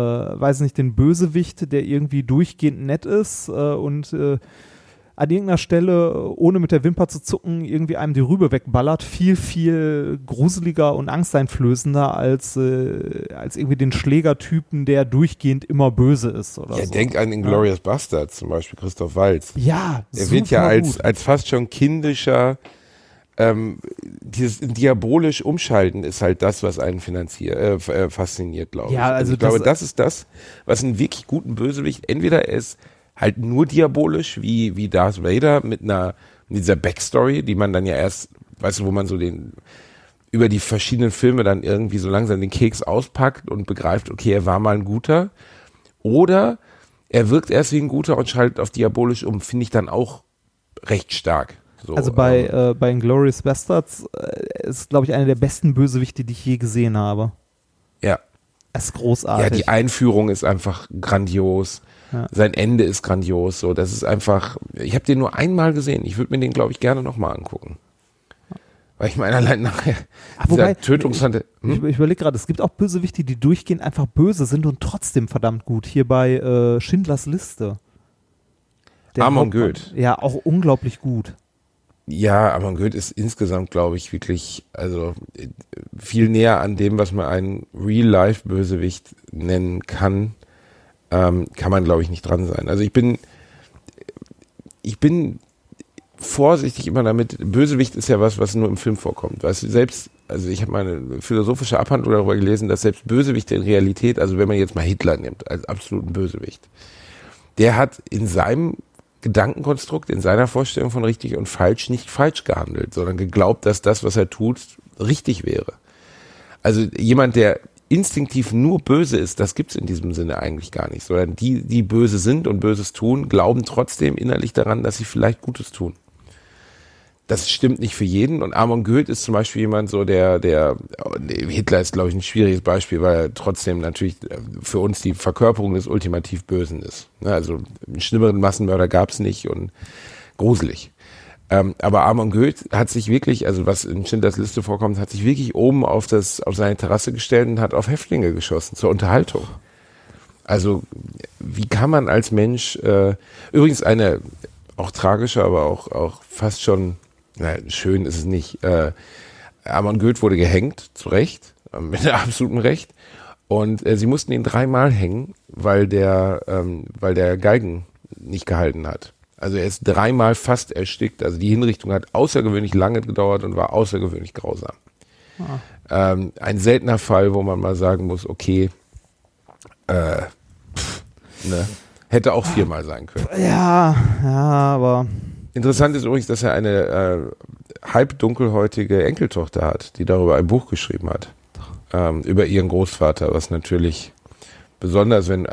Bösewicht, der irgendwie durchgehend nett ist und an irgendeiner Stelle, ohne mit der Wimper zu zucken, irgendwie einem die Rübe wegballert, viel, viel gruseliger und angsteinflößender als irgendwie den Schlägertypen, der durchgehend immer böse ist oder so. Denk an Inglourious Basterds, zum Beispiel Christoph Waltz. Ja, er wird ja als fast schon kindischer, dieses diabolisch Umschalten ist halt das, was einen fasziniert, glaube ich. Ja, also ich glaube, das ist das, was einen wirklich guten Bösewicht, entweder er ist halt nur diabolisch, wie Darth Vader mit dieser Backstory, die man dann ja erst, weißt du, wo man so über die verschiedenen Filme dann irgendwie so langsam den Keks auspackt und begreift, okay, er war mal ein Guter. Oder er wirkt erst wie ein Guter und schaltet auf diabolisch um, finde ich dann auch recht stark. So, also bei Inglourious Basterds ist, glaube ich, einer der besten Bösewichte, die ich je gesehen habe. Ja. Es ist großartig. Ja, die Einführung ist einfach grandios. Ja. Sein Ende ist grandios. So, das ist einfach, ich habe den nur einmal gesehen. Ich würde mir den, glaube ich, gerne nochmal angucken. Weil ich meine, allein nachher wobei, Tötungshand. Ich überlege gerade, es gibt auch Bösewichte, die durchgehend einfach böse sind und trotzdem verdammt gut. Hier bei Schindlers Liste. Amon Goeth. Ja, auch unglaublich gut. Ja, Amon Goeth ist insgesamt, glaube ich, wirklich, also viel näher an dem, was man einen Real-Life-Bösewicht nennen kann, kann man, glaube ich, nicht dran sein. Also ich bin vorsichtig immer damit. Bösewicht ist ja was nur im Film vorkommt. Weißt du, selbst, also ich habe mal eine philosophische Abhandlung darüber gelesen, dass selbst Bösewichte in Realität, also wenn man jetzt mal Hitler nimmt als absoluten Bösewicht, der hat in seinem Gedankenkonstrukt, in seiner Vorstellung von richtig und falsch nicht falsch gehandelt, sondern geglaubt, dass das, was er tut, richtig wäre. Also jemand, der instinktiv nur böse ist, das gibt's in diesem Sinne eigentlich gar nicht, sondern die böse sind und Böses tun, glauben trotzdem innerlich daran, dass sie vielleicht Gutes tun. Das stimmt nicht für jeden und Amon Goeth ist zum Beispiel jemand so, Hitler ist, glaube ich, ein schwieriges Beispiel, weil er trotzdem natürlich für uns die Verkörperung des ultimativ Bösen ist. Also einen schlimmeren Massenmörder gab's nicht und gruselig. Aber Amon Goeth hat sich wirklich, also was in Schindlers Liste vorkommt, hat sich wirklich oben auf seine Terrasse gestellt und hat auf Häftlinge geschossen, zur Unterhaltung. Also wie kann man als Mensch, übrigens eine auch tragische, aber auch fast schon, schön ist es nicht, Amon Goeth wurde gehängt, zu Recht, mit absolutem Recht, und sie mussten ihn 3-mal hängen, weil der Galgen nicht gehalten hat. Also er ist 3-mal fast erstickt. Also die Hinrichtung hat außergewöhnlich lange gedauert und war außergewöhnlich grausam. Ein seltener Fall, wo man mal sagen muss, okay, hätte auch 4-mal sein können. Ja, aber... Interessant ist übrigens, dass er eine halbdunkelhäutige Enkeltochter hat, die darüber ein Buch geschrieben hat. Über ihren Großvater, was natürlich besonders, wenn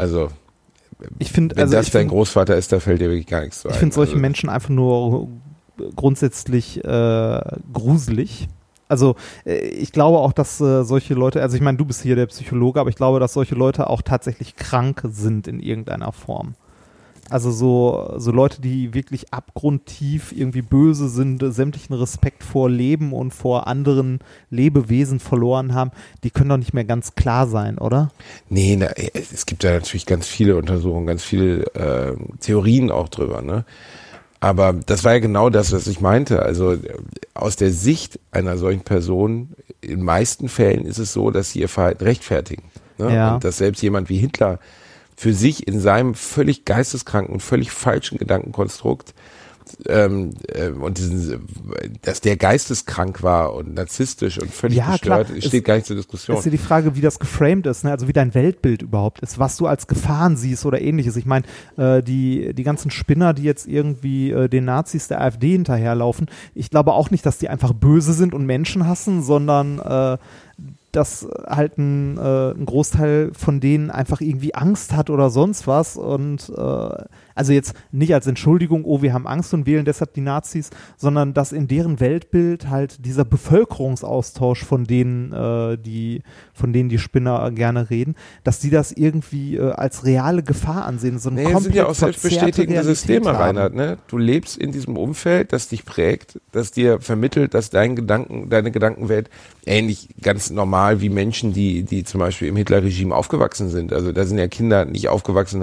dein Großvater ist, da fällt dir wirklich gar nichts zu ein. Ich finde solche Menschen einfach nur grundsätzlich gruselig. Also ich glaube auch, dass solche Leute, also ich meine, du bist hier der Psychologe, aber ich glaube, dass solche Leute auch tatsächlich krank sind in irgendeiner Form. Also so Leute, die wirklich abgrundtief irgendwie böse sind, sämtlichen Respekt vor Leben und vor anderen Lebewesen verloren haben, die können doch nicht mehr ganz klar sein, oder? Nee, es gibt da natürlich ganz viele Untersuchungen, ganz viele Theorien auch drüber, ne? Aber das war ja genau das, was ich meinte. Also aus der Sicht einer solchen Person, in den meisten Fällen ist es so, dass sie ihr Verhalten rechtfertigen. Ne? Ja. Und dass selbst jemand wie Hitler für sich in seinem völlig geisteskranken und völlig falschen Gedankenkonstrukt dass der geisteskrank war und narzisstisch und völlig gestört, steht gar nicht zur Diskussion. Ist ja die Frage, wie das geframed ist, ne? Also wie dein Weltbild überhaupt ist, was du als Gefahren siehst oder ähnliches. Ich meine, die ganzen Spinner, die jetzt irgendwie den Nazis der AfD hinterherlaufen, ich glaube auch nicht, dass die einfach böse sind und Menschen hassen, sondern dass halt ein Großteil von denen einfach irgendwie Angst hat oder sonst was und also jetzt nicht als Entschuldigung, oh, wir haben Angst und wählen deshalb die Nazis, sondern dass in deren Weltbild halt dieser Bevölkerungsaustausch von denen die Spinner gerne reden, dass die das irgendwie als reale Gefahr ansehen. So es sind ja auch selbstbestätigende Systeme, Reinhard. Ne? Du lebst in diesem Umfeld, das dich prägt, das dir vermittelt, dass deine Gedankenwelt ähnlich ganz normal wie Menschen, die zum Beispiel im Hitlerregime aufgewachsen sind. Also da sind ja Kinder nicht aufgewachsen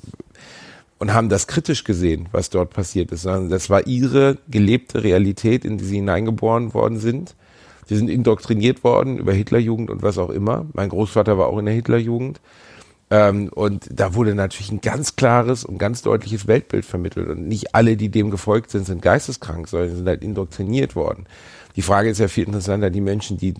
und haben das kritisch gesehen, was dort passiert ist, sondern das war ihre gelebte Realität, in die sie hineingeboren worden sind. Sie sind indoktriniert worden über Hitlerjugend und was auch immer. Mein Großvater war auch in der Hitlerjugend. Und da wurde natürlich ein ganz klares und ganz deutliches Weltbild vermittelt. Und nicht alle, die dem gefolgt sind, sind geisteskrank, sondern sind halt indoktriniert worden. Die Frage ist ja viel interessanter, die Menschen, die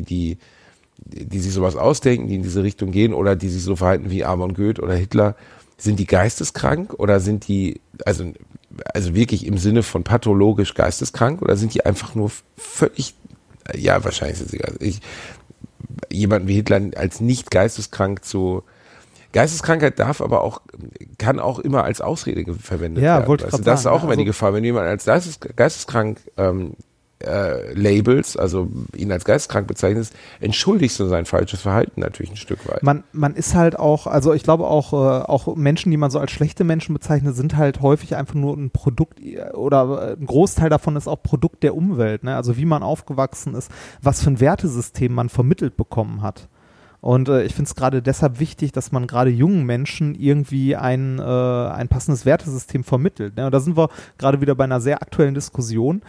sich sowas ausdenken, die in diese Richtung gehen oder die sich so verhalten wie Amon Goeth oder Hitler, sind die geisteskrank oder sind die, also wirklich im Sinne von pathologisch geisteskrank oder sind die einfach nur völlig, ja, wahrscheinlich ist es egal. Jemanden wie Hitler als nicht geisteskrank Geisteskrankheit kann auch immer als Ausrede verwendet werden. Wollte ich gerade sagen. Das ist auch immer die Gefahr, wenn jemand als geisteskrank labels, also ihn als geisteskrank bezeichnest, entschuldigst du sein falsches Verhalten natürlich ein Stück weit. Man ist halt auch, also ich glaube auch Menschen, die man so als schlechte Menschen bezeichnet, sind halt häufig einfach nur ein Produkt oder ein Großteil davon ist auch Produkt der Umwelt, ne? Also wie man aufgewachsen ist, was für ein Wertesystem man vermittelt bekommen hat. Und ich finde es gerade deshalb wichtig, dass man gerade jungen Menschen irgendwie ein passendes Wertesystem vermittelt. Ne? Und da sind wir gerade wieder bei einer sehr aktuellen Diskussion.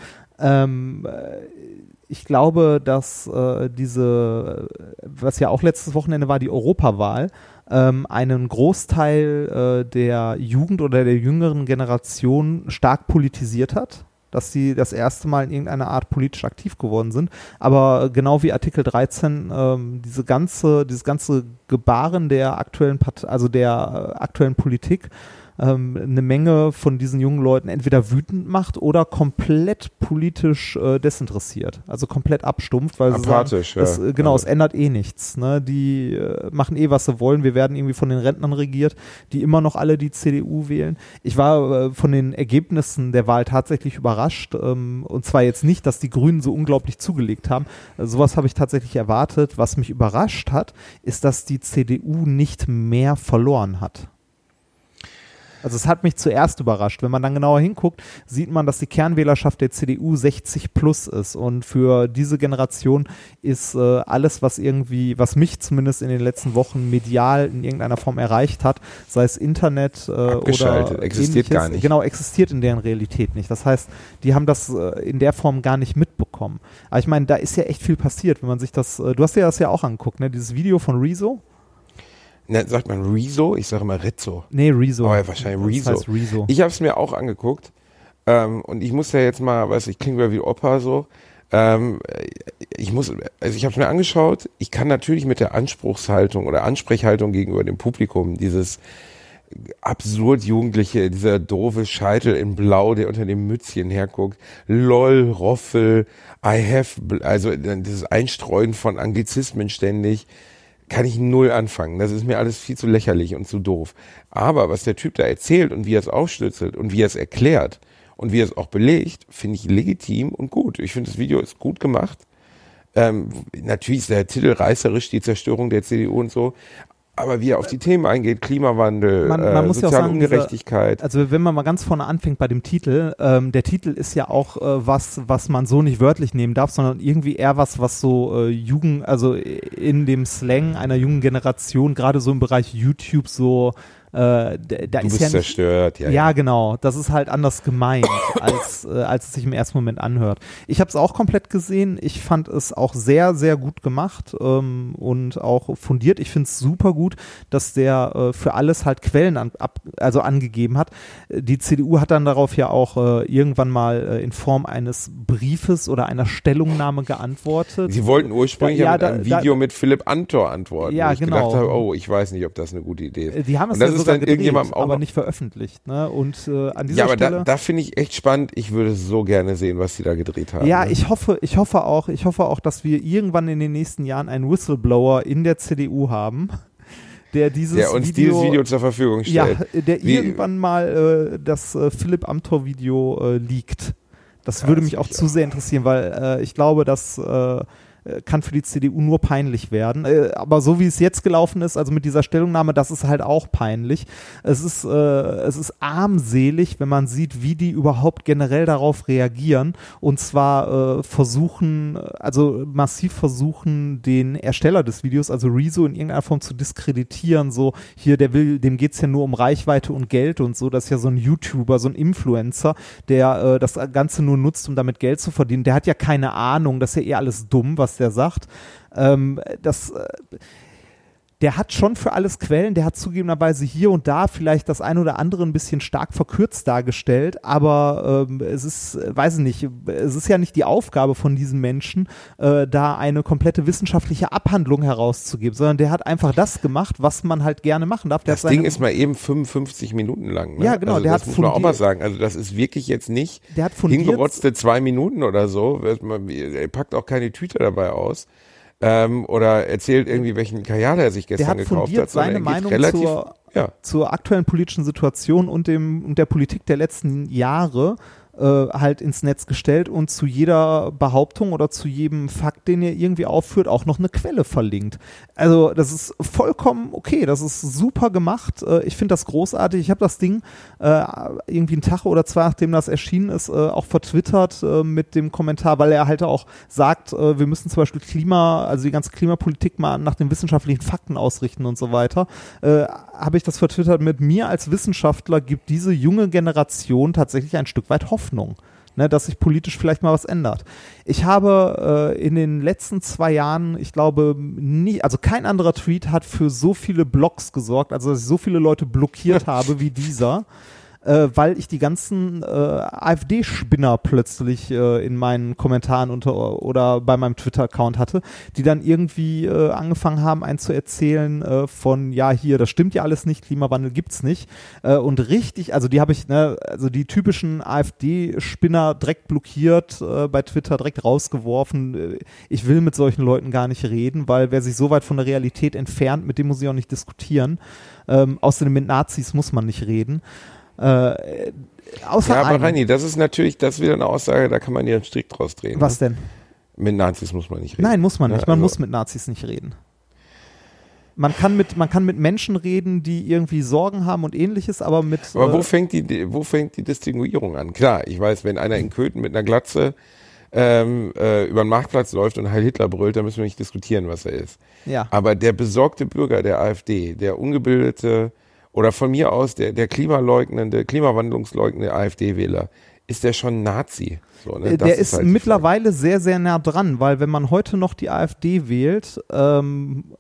Ich glaube, dass was ja auch letztes Wochenende war, die Europawahl, einen Großteil der Jugend oder der jüngeren Generation stark politisiert hat, dass sie das erste Mal in irgendeiner Art politisch aktiv geworden sind. Aber genau wie Artikel 13, dieses ganze Gebaren der aktuellen aktuellen Politik eine Menge von diesen jungen Leuten entweder wütend macht oder komplett politisch desinteressiert, also komplett abstumpft, weil apathisch, sie sagen, es ändert eh nichts. Ne? Die machen was sie wollen, wir werden irgendwie von den Rentnern regiert, die immer noch alle die CDU wählen. Ich war von den Ergebnissen der Wahl tatsächlich überrascht und zwar jetzt nicht, dass die Grünen so unglaublich zugelegt haben, sowas habe ich tatsächlich erwartet. Was mich überrascht hat, ist, dass die CDU nicht mehr verloren hat. Also es hat mich zuerst überrascht. Wenn man dann genauer hinguckt, sieht man, dass die Kernwählerschaft der CDU 60 plus ist. Und für diese Generation ist alles, was mich zumindest in den letzten Wochen medial in irgendeiner Form erreicht hat, sei es Internet oder existiert gar nicht. Genau, existiert in deren Realität nicht. Das heißt, die haben das in der Form gar nicht mitbekommen. Aber ich meine, da ist ja echt viel passiert, wenn man sich du hast dir das ja auch angeguckt, ne? Dieses Video von Rezo. sagt man Rezo? Ich sage immer Rezzo. Nee, Rezo. Oh, ja, wahrscheinlich das heißt Rezo. Ich habe es mir auch angeguckt und ich muss ja jetzt mal, ich klinge wie Opa so. Ich habe es mir angeschaut. Ich kann natürlich mit der Anspruchshaltung oder Ansprechhaltung gegenüber dem Publikum dieses absurd Jugendliche, dieser doofe Scheitel in Blau, der unter dem Mützchen herguckt, lol, Roffel, also dieses Einstreuen von Anglizismen ständig, kann ich null anfangen. Das ist mir alles viel zu lächerlich und zu doof. Aber was der Typ da erzählt und wie er es aufschlüsselt und wie er es erklärt und wie er es auch belegt, finde ich legitim und gut. Ich finde, das Video ist gut gemacht. Natürlich ist der Titel reißerisch, die Zerstörung der CDU und so. Aber wie er auf die Themen eingeht, Klimawandel, man muss soziale ja auch sagen, Ungerechtigkeit. Also wenn man mal ganz vorne anfängt bei dem Titel, der Titel ist ja auch was man so nicht wörtlich nehmen darf, sondern irgendwie eher was so also in dem Slang einer jungen Generation, gerade so im Bereich YouTube so, da du ist bist ja zerstört, ja, genau. Das ist halt anders gemeint, als es sich im ersten Moment anhört. Ich habe es auch komplett gesehen. Ich fand es auch sehr, sehr gut gemacht und auch fundiert. Ich finde es super gut, dass der für alles halt Quellen angegeben hat. Die CDU hat dann darauf ja auch irgendwann mal in Form eines Briefes oder einer Stellungnahme geantwortet. Sie wollten ursprünglich mit einem Video mit Philipp Amthor antworten. Ja, wo ich genau. gedacht habe, ich weiß nicht, ob das eine gute Idee ist. Die haben es das ja ist sogar dann irgendjemandem auch aber nicht veröffentlicht. Ne? Und an dieser aber Stelle. Da finde ich echt spannend. Ich würde so gerne sehen, was sie da gedreht haben. Ja, ne? ich hoffe auch, dass wir irgendwann in den nächsten Jahren einen Whistleblower in der CDU haben, der dieses Video zur Verfügung stellt. Ja, der irgendwann mal das Philipp Amthor Video leakt. Das würde mich auch zu sehr interessieren, weil ich glaube, dass kann für die CDU nur peinlich werden. Aber so wie es jetzt gelaufen ist, also mit dieser Stellungnahme, das ist halt auch peinlich. Es ist armselig, wenn man sieht, wie die überhaupt generell darauf reagieren und zwar massiv versuchen, den Ersteller des Videos, also Rezo, in irgendeiner Form zu diskreditieren. So, hier, dem geht's ja nur um Reichweite und Geld und so. Das ist ja so ein YouTuber, so ein Influencer, der das Ganze nur nutzt, um damit Geld zu verdienen. Der hat ja keine Ahnung, das ist ja alles dumm, was der sagt. Der hat schon für alles Quellen, der hat zugegebenerweise hier und da vielleicht das ein oder andere ein bisschen stark verkürzt dargestellt, aber es ist, weiß ich nicht, es ist ja nicht die Aufgabe von diesen Menschen, da eine komplette wissenschaftliche Abhandlung herauszugeben, sondern der hat einfach das gemacht, was man halt gerne machen darf. Das Ding ist mal eben 55 Minuten lang. Ne? Ja, genau. Also das muss man auch mal sagen. Also das ist wirklich jetzt nicht hingerotzte 2 Minuten oder so. Er packt auch keine Tüte dabei aus. Oder erzählt irgendwie, welchen Kajal er sich gestern gekauft hat. Seine Meinung zur aktuellen politischen Situation und der Politik der letzten Jahre halt ins Netz gestellt und zu jeder Behauptung oder zu jedem Fakt, den er irgendwie aufführt, auch noch eine Quelle verlinkt. Also das ist vollkommen okay, das ist super gemacht. Ich finde das großartig. Ich habe das Ding irgendwie einen Tag oder 2, nachdem das erschienen ist, auch vertwittert mit dem Kommentar, weil er halt auch sagt, wir müssen zum Beispiel die ganze Klimapolitik mal nach den wissenschaftlichen Fakten ausrichten und so weiter. Habe ich das vertwittert mit mir als Wissenschaftler, gibt diese junge Generation tatsächlich ein Stück weit Hoffnung, ne, dass sich politisch vielleicht mal was ändert. Ich habe in den letzten 2 Jahren, ich glaube, kein anderer Tweet hat für so viele Blocks gesorgt, also dass ich so viele Leute blockiert habe wie dieser, weil ich die ganzen AfD-Spinner plötzlich in meinen Kommentaren oder bei meinem Twitter-Account hatte, die dann irgendwie angefangen haben, einen zu erzählen von, ja, hier, das stimmt ja alles nicht, Klimawandel gibt's nicht. Und richtig, also die habe ich, die typischen AfD-Spinner direkt blockiert, bei Twitter direkt rausgeworfen. Ich will mit solchen Leuten gar nicht reden, weil wer sich so weit von der Realität entfernt, mit dem muss ich auch nicht diskutieren. Außerdem mit Nazis muss man nicht reden. Aber Reini, das ist wieder eine Aussage, da kann man ja einen Strick draus drehen. Was denn? Mit Nazis muss man nicht reden. Nein, muss man nicht. Man muss mit Nazis nicht reden. Man kann mit Menschen reden, die irgendwie Sorgen haben und ähnliches, aber Aber wo fängt die Distinguierung an? Klar, ich weiß, wenn einer in Köthen mit einer Glatze über den Marktplatz läuft und Heil Hitler brüllt, dann müssen wir nicht diskutieren, was er ist. Ja. Aber der besorgte Bürger der AfD, der ungebildete oder von mir aus der klimawandlungsleugnende AfD-Wähler, ist der schon Nazi? So, ne? Der ist halt mittlerweile sehr, sehr nah dran, weil wenn man heute noch die AfD wählt,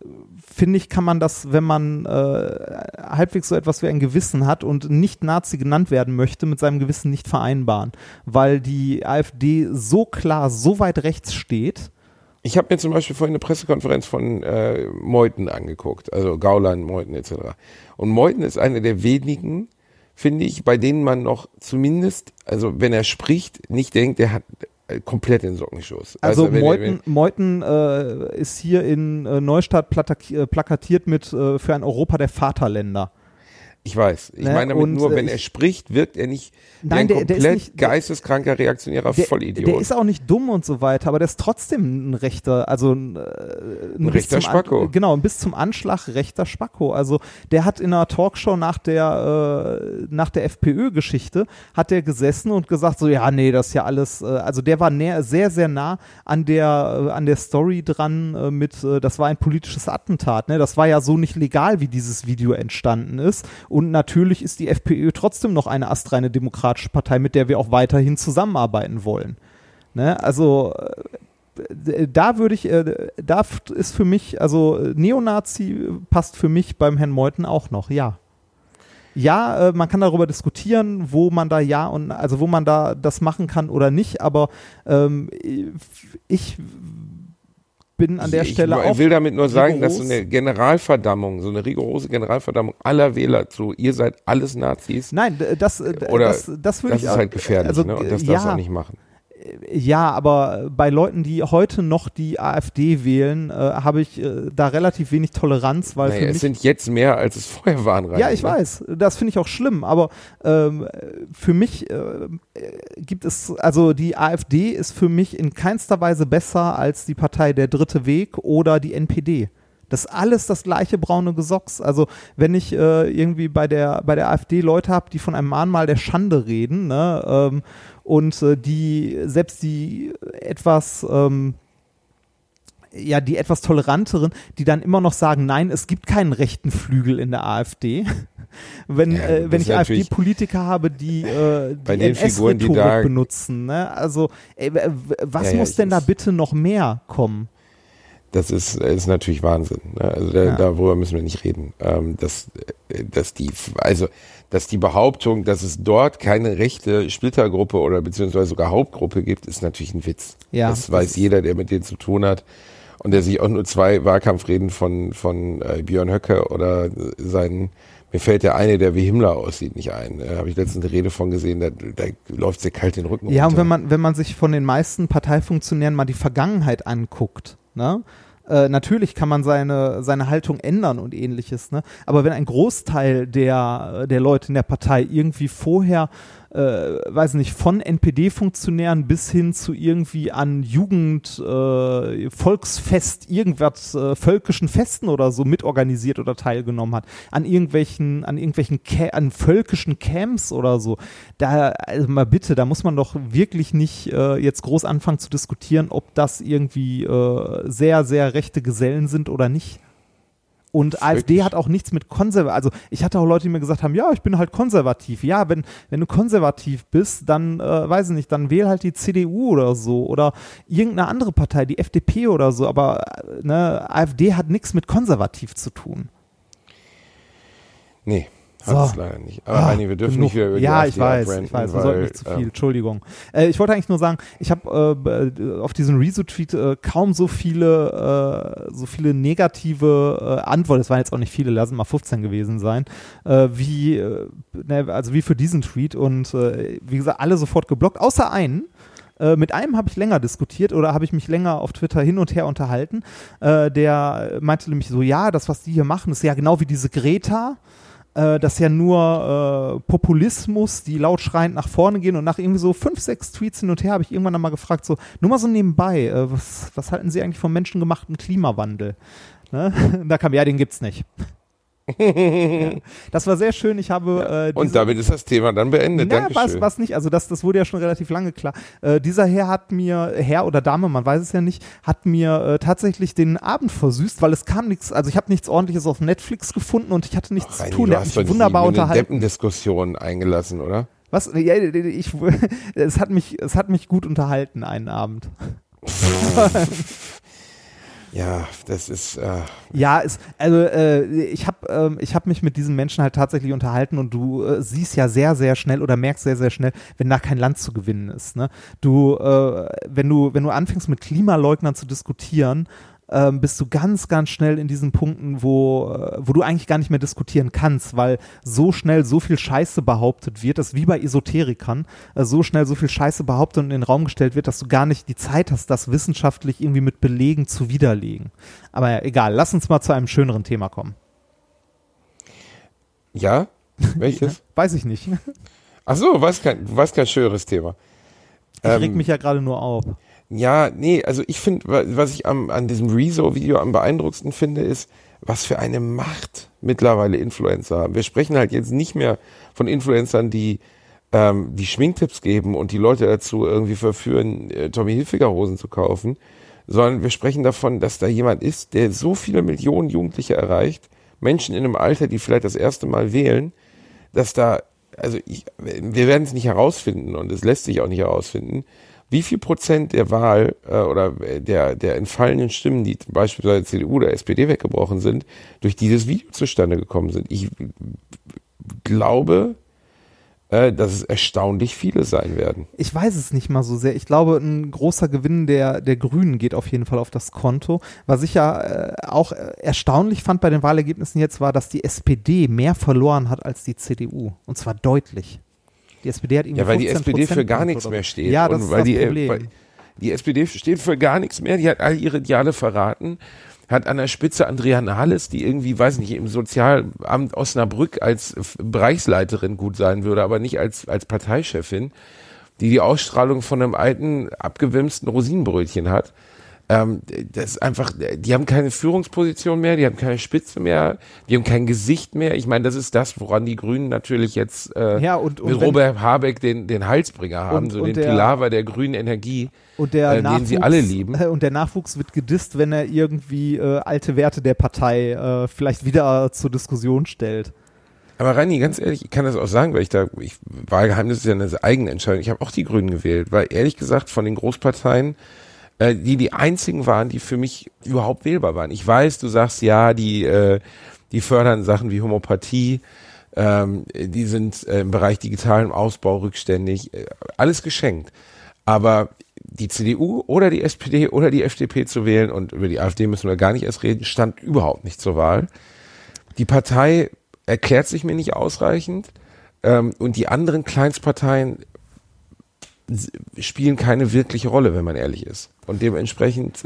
finde ich, kann man das, wenn man halbwegs so etwas wie ein Gewissen hat und nicht Nazi genannt werden möchte, mit seinem Gewissen nicht vereinbaren, weil die AfD so klar, so weit rechts steht. Ich habe mir zum Beispiel vorhin eine Pressekonferenz von Meuthen angeguckt, also Gauland, Meuthen etc. Und Meuthen ist einer der wenigen, finde ich, bei denen man noch zumindest, also wenn er spricht, nicht denkt, der hat komplett den Sockenschuss. Also Meuthen ist hier in Neustadt plakatiert mit für ein Europa der Vaterländer. Ich weiß. Ich meine damit nur, wenn er spricht, wirkt er nicht wie ein komplett geisteskranker, reaktionärer Vollidiot. Der ist auch nicht dumm und so weiter, aber der ist trotzdem ein rechter, also ein rechter Spacko. Genau, bis zum Anschlag rechter Spacko. Also der hat in einer Talkshow nach der FPÖ-Geschichte, hat der gesessen und gesagt so, ja, nee, das ist ja alles, also der war sehr, sehr nah an der Story dran das war ein politisches Attentat, ne? Das war ja so nicht legal, wie dieses Video entstanden ist. Und natürlich ist die FPÖ trotzdem noch eine astreine demokratische Partei, mit der wir auch weiterhin zusammenarbeiten wollen. Ne? Also da ist für mich, also Neonazi passt für mich beim Herrn Meuthen auch noch, ja. Ja, man kann darüber diskutieren, wo man da das machen kann oder nicht, aber ich bin an der Stelle auch. Ich will damit nur sagen, dass so eine Generalverdammung, so eine rigorose Generalverdammung aller Wähler zu, ihr seid alles Nazis. Nein, das würde ich ist halt gefährlich, also, ne? Und das darfst du auch nicht machen. Ja, aber bei Leuten, die heute noch die AfD wählen, habe ich da relativ wenig Toleranz, weil es sind jetzt mehr, als es vorher waren. Ja, ich weiß, das finde ich auch schlimm, aber für mich gibt es, also die AfD ist für mich in keinster Weise besser als die Partei Der Dritte Weg oder die NPD. Das ist alles das gleiche braune Gesocks. Also wenn ich irgendwie bei der AfD Leute habe, die von einem Mahnmal der Schande reden, ne, und die etwas toleranteren, die dann immer noch sagen, nein, es gibt keinen rechten Flügel in der AfD. Wenn ich AfD-Politiker habe, die NS-Rhetorik benutzen, ne? Also was muss denn da bitte noch mehr kommen? Das ist natürlich Wahnsinn. Ne? Also darüber müssen wir nicht reden. Dass die Behauptung, dass es dort keine rechte Splittergruppe oder beziehungsweise sogar Hauptgruppe gibt, ist natürlich ein Witz. Ja, das weiß jeder, der mit denen zu tun hat und der sich auch nur 2 Wahlkampfreden von Björn Höcke oder mir fällt der eine, der wie Himmler aussieht, nicht ein. Da habe ich letztens eine Rede von gesehen, da läuft sehr kalt den Rücken runter. Ja, und wenn man sich von den meisten Parteifunktionären mal die Vergangenheit anguckt, ne? Natürlich kann man seine Haltung ändern und ähnliches, ne? Aber wenn ein Großteil der Leute in der Partei irgendwie vorher, weiß nicht, von NPD-Funktionären bis hin zu irgendwie an Volksfest, irgendwas, völkischen Festen oder so mitorganisiert oder teilgenommen hat, an völkischen Camps oder so, also mal bitte, da muss man doch wirklich nicht jetzt groß anfangen zu diskutieren, ob das irgendwie sehr, sehr rechte Gesellen sind oder nicht. Und AfD hat auch nichts mit also ich hatte auch Leute, die mir gesagt haben, ja, ich bin halt konservativ. Ja, wenn du konservativ bist, dann, weiß ich nicht, dann wähl halt die CDU oder so oder irgendeine andere Partei, die FDP oder so, aber ne, AfD hat nichts mit konservativ zu tun. Nee. Hat es leider nicht. Aber Reini, wir dürfen nicht wieder über die AfD abbranden. Ich weiß, wir sollten nicht zu viel, Entschuldigung. Ich wollte eigentlich nur sagen, ich habe auf diesen Rezo-Tweet kaum so viele negative Antworten, es waren jetzt auch nicht viele, lassen mal 15 gewesen sein, wie für diesen Tweet und wie gesagt, alle sofort geblockt, außer einen. Mit einem habe ich länger diskutiert oder habe ich mich länger auf Twitter hin und her unterhalten. Der meinte nämlich so, ja, das, was die hier machen, ist ja genau wie diese Greta, das ist ja nur Populismus, die laut schreiend nach vorne gehen und nach irgendwie so 5, 6 Tweets hin und her habe ich irgendwann einmal gefragt, so, nur mal so nebenbei, was halten Sie eigentlich vom menschengemachten Klimawandel? Ne? Da kam, ja, den gibt's nicht. Ja. Das war sehr schön, ich habe und damit ist das Thema dann beendet, Dankeschön. Was nicht, also das wurde ja schon relativ lange klar. Dieser Herr oder Dame, man weiß es ja nicht, hat mir tatsächlich den Abend versüßt, weil es kam nichts, also ich habe nichts Ordentliches auf Netflix gefunden und ich hatte nichts zu tun. Du hast mich wunderbar unterhalten. Deppendiskussion eingelassen, oder? Was? Ja, es hat mich gut unterhalten einen Abend. Ja, das ist. Ja, ich hab mich mit diesen Menschen halt tatsächlich unterhalten und du siehst ja sehr, sehr schnell oder merkst sehr, sehr schnell, wenn da kein Land zu gewinnen ist. Ne? Wenn du anfängst mit Klimaleugnern zu diskutieren, bist du ganz, ganz schnell in diesen Punkten, wo du eigentlich gar nicht mehr diskutieren kannst, weil so schnell so viel Scheiße behauptet wird, das ist wie bei Esoterikern, so schnell so viel Scheiße behauptet und in den Raum gestellt wird, dass du gar nicht die Zeit hast, das wissenschaftlich irgendwie mit Belegen zu widerlegen. Aber ja, egal, lass uns mal zu einem schöneren Thema kommen. Ja? Welches? Weiß ich nicht. Ach so, du weißt kein schöneres Thema. Ich reg mich ja gerade nur auf. Ja, nee, also ich finde, was ich an diesem Rezo-Video am beeindruckendsten finde, ist, was für eine Macht mittlerweile Influencer haben. Wir sprechen halt jetzt nicht mehr von Influencern, die Schminktipps geben und die Leute dazu irgendwie verführen, Tommy Hilfiger Hosen zu kaufen, sondern wir sprechen davon, dass da jemand ist, der so viele Millionen Jugendliche erreicht, Menschen in einem Alter, die vielleicht das erste Mal wählen, dass da, wir werden es nicht herausfinden und es lässt sich auch nicht herausfinden, wie viel Prozent der Wahl oder der entfallenen Stimmen, die beispielsweise CDU oder SPD weggebrochen sind, durch dieses Video zustande gekommen sind. Ich glaube, dass es erstaunlich viele sein werden. Ich weiß es nicht mal so sehr. Ich glaube, ein großer Gewinn der Grünen geht auf jeden Fall auf das Konto. Was ich ja auch erstaunlich fand bei den Wahlergebnissen jetzt war, dass die SPD mehr verloren hat als die CDU. Und zwar deutlich. Die SPD hat irgendwie 15% weil die SPD für gar nichts mehr steht. Ja, das und ist weil das Problem. Weil die SPD steht für gar nichts mehr. Die hat all ihre Ideale verraten. Hat an der Spitze Andrea Nahles, die irgendwie, weiß nicht, im Sozialamt Osnabrück als Bereichsleiterin gut sein würde, aber nicht als Parteichefin, die Ausstrahlung von einem alten, abgewimsten Rosinenbrötchen hat. Das ist einfach, die haben keine Führungsposition mehr, die haben keine Spitze mehr, die haben kein Gesicht mehr. Ich meine, das ist das, woran die Grünen natürlich jetzt mit Robert Habeck den Halsbringer haben, den Pilawa der grünen Energie, und den sie alle lieben. Und der Nachwuchs wird gedisst, wenn er irgendwie alte Werte der Partei vielleicht wieder zur Diskussion stellt. Aber Reini, ganz ehrlich, ich kann das auch sagen, weil Wahlgeheimnis ist ja eine eigene Entscheidung. Ich habe auch die Grünen gewählt, weil ehrlich gesagt von den Großparteien die einzigen waren, die für mich überhaupt wählbar waren. Ich weiß, du sagst, ja, die fördern Sachen wie Homöopathie, die sind im Bereich digitalen Ausbau rückständig, alles geschenkt. Aber die CDU oder die SPD oder die FDP zu wählen, und über die AfD müssen wir gar nicht erst reden, stand überhaupt nicht zur Wahl. Die Partei erklärt sich mir nicht ausreichend, und die anderen Kleinstparteien spielen keine wirkliche Rolle, wenn man ehrlich ist. Und dementsprechend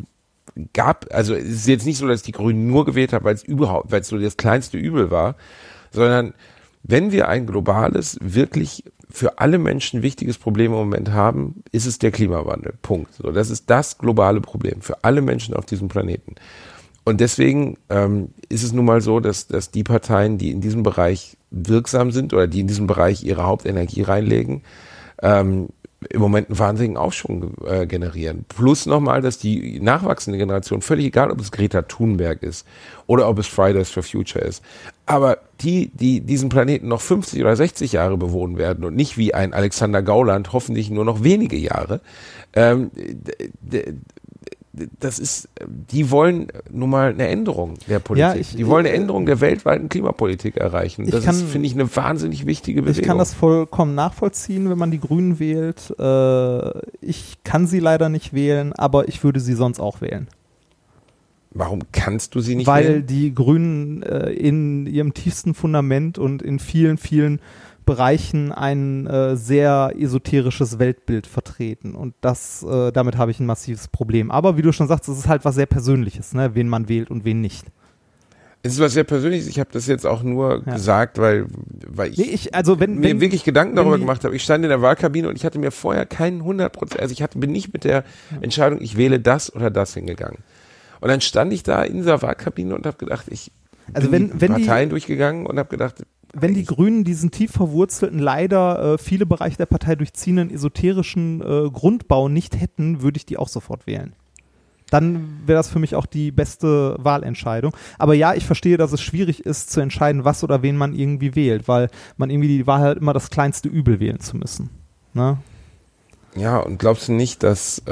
es ist jetzt nicht so, dass die Grünen nur gewählt haben, weil es so das kleinste Übel war, sondern wenn wir ein globales, wirklich für alle Menschen wichtiges Problem im Moment haben, ist es der Klimawandel. Punkt. So, das ist das globale Problem für alle Menschen auf diesem Planeten. Und deswegen ist es nun mal so, dass die Parteien, die in diesem Bereich wirksam sind oder die in diesem Bereich ihre Hauptenergie reinlegen, im Moment einen wahnsinnigen Aufschwung generieren. Plus nochmal, dass die nachwachsende Generation, völlig egal, ob es Greta Thunberg ist oder ob es Fridays for Future ist, aber die diesen Planeten noch 50 oder 60 Jahre bewohnen werden und nicht wie ein Alexander Gauland hoffentlich nur noch wenige Jahre, die wollen nun mal eine Änderung der Politik. Die wollen eine Änderung der weltweiten Klimapolitik erreichen. Das ist, finde ich, eine wahnsinnig wichtige Bewegung. Ich kann das vollkommen nachvollziehen, wenn man die Grünen wählt. Ich kann sie leider nicht wählen, aber ich würde sie sonst auch wählen. Warum kannst du sie nicht wählen? Weil die Grünen in ihrem tiefsten Fundament und in vielen, vielen Bereichen ein sehr esoterisches Weltbild vertreten, und damit habe ich ein massives Problem. Aber wie du schon sagst, es ist halt was sehr Persönliches, ne? Wen man wählt und wen nicht. Es ist was sehr Persönliches. Ich habe das jetzt auch nur gesagt, weil ich mir wirklich Gedanken darüber gemacht habe. Ich stand in der Wahlkabine und ich hatte mir vorher keinen 100%, also bin nicht mit der Entscheidung, ich wähle das oder das hingegangen. Und dann stand ich da in dieser Wahlkabine und habe gedacht, bin die Parteien durchgegangen und habe gedacht, wenn die Grünen diesen tief verwurzelten, leider viele Bereiche der Partei durchziehenden esoterischen Grundbau nicht hätten, würde ich die auch sofort wählen. Dann wäre das für mich auch die beste Wahlentscheidung. Aber ja, ich verstehe, dass es schwierig ist, zu entscheiden, was oder wen man irgendwie wählt, weil man irgendwie die Wahl hat, immer das kleinste Übel wählen zu müssen. Ne? Ja, und glaubst du nicht, dass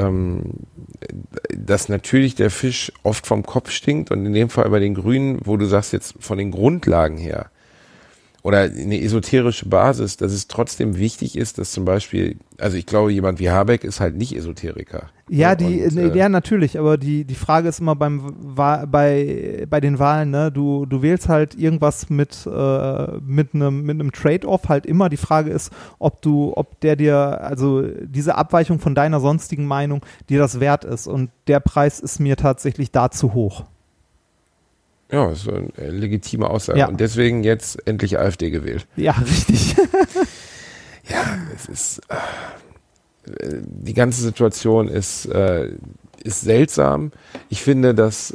natürlich der Fisch oft vom Kopf stinkt und in dem Fall bei den Grünen, wo du sagst jetzt von den Grundlagen her oder eine esoterische Basis, dass es trotzdem wichtig ist, dass zum Beispiel, also ich glaube, jemand wie Habeck ist halt nicht Esoteriker. Ja, ja, natürlich, aber die Frage ist immer bei den Wahlen, ne, du wählst halt irgendwas mit einem Trade-off halt immer. Die Frage ist, ob der dir, also diese Abweichung von deiner sonstigen Meinung, dir das wert ist. Und der Preis ist mir tatsächlich da zu hoch. Ja, das ist eine legitime Aussage. Ja. Und deswegen jetzt endlich AfD gewählt. Ja, richtig. Ja, es ist die ganze Situation ist seltsam. Ich finde, es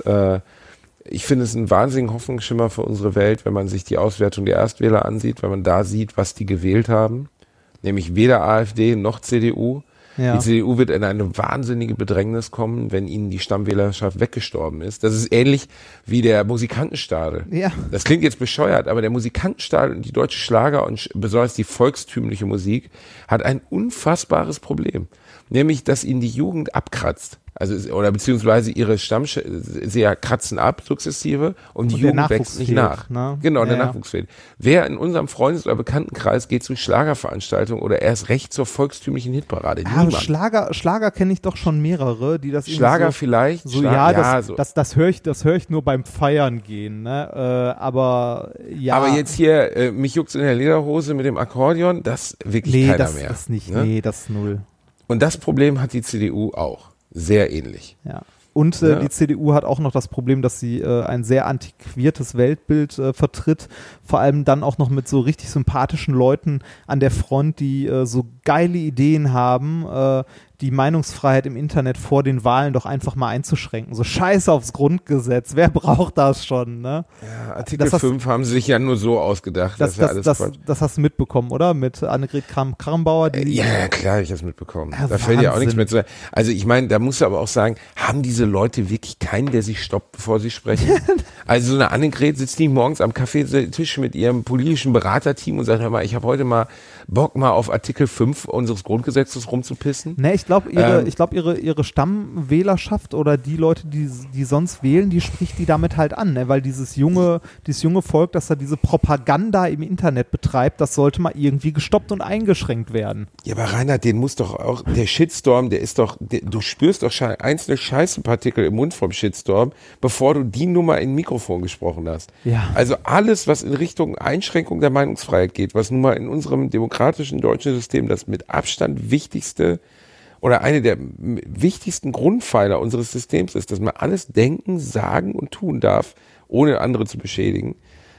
ein wahnsinniger Hoffnungsschimmer für unsere Welt, wenn man sich die Auswertung der Erstwähler ansieht, wenn man da sieht, was die gewählt haben. Nämlich weder AfD noch CDU. Ja. Die CDU wird in eine wahnsinnige Bedrängnis kommen, wenn ihnen die Stammwählerschaft weggestorben ist. Das ist ähnlich wie der Musikantenstadel. Ja. Das klingt jetzt bescheuert, aber der Musikantenstadel und die deutsche Schlager und besonders die volkstümliche Musik hat ein unfassbares Problem. Nämlich, dass ihnen die Jugend abkratzt. Also, oder beziehungsweise ihre Stammseher kratzen ab, sukzessive, und die Jugend wächst nicht nach. Ne? Genau, der Nachwuchs fehlt. Wer in unserem Freundes- oder Bekanntenkreis geht zu Schlagerveranstaltungen oder erst recht zur volkstümlichen Hitparade? Aber Schlager kenne ich doch schon mehrere, die das Schlager so, vielleicht? So, das höre ich nur beim Feiern gehen, ne? Aber ja. Aber jetzt hier, mich juckt's in der Lederhose mit dem Akkordeon, das wirklich keiner mehr. Das nicht, ne? Nee, das ist null. Und das Problem hat die CDU auch. Sehr ähnlich. Ja. Und die CDU hat auch noch das Problem, dass sie ein sehr antiquiertes Weltbild vertritt, vor allem dann auch noch mit so richtig sympathischen Leuten an der Front, die so geile Ideen haben, die Meinungsfreiheit im Internet vor den Wahlen doch einfach mal einzuschränken. So Scheiße aufs Grundgesetz, wer braucht das schon? Ne? Ja, Artikel 5 haben sie sich ja nur so ausgedacht. Das hast du mitbekommen, oder? Mit Annegret Kramp-Karrenbauer? Ja, klar, ich habe es mitbekommen. Da fällt ja auch nichts mehr zu. Also ich meine, da musst du aber auch sagen, haben diese Leute wirklich keinen, der sie stoppt, bevor sie sprechen? Also so eine Annegret sitzt nicht morgens am Kaffeetisch mit ihrem politischen Beraterteam und sagt, hör mal, ich habe heute mal Bock, mal auf Artikel 5 unseres Grundgesetzes rumzupissen. Ne, ich glaube, ihre Stammwählerschaft oder die Leute, die sonst wählen, die spricht die damit halt an, ne? Weil dieses junge Volk, das da diese Propaganda im Internet betreibt, das sollte mal irgendwie gestoppt und eingeschränkt werden. Ja, aber Reinhard, den muss doch auch, der Shitstorm, du spürst doch einzelne Scheißenpartikel im Mund vom Shitstorm, bevor du die Nummer in Mikrofon gesprochen hast. Ja. Also alles, was in Richtung Einschränkung der Meinungsfreiheit geht, was nun mal in unserem demokratischen deutschen System das mit Abstand wichtigste oder eine der wichtigsten Grundpfeiler unseres Systems ist, dass man alles denken, sagen und tun darf, ohne andere zu beschädigen.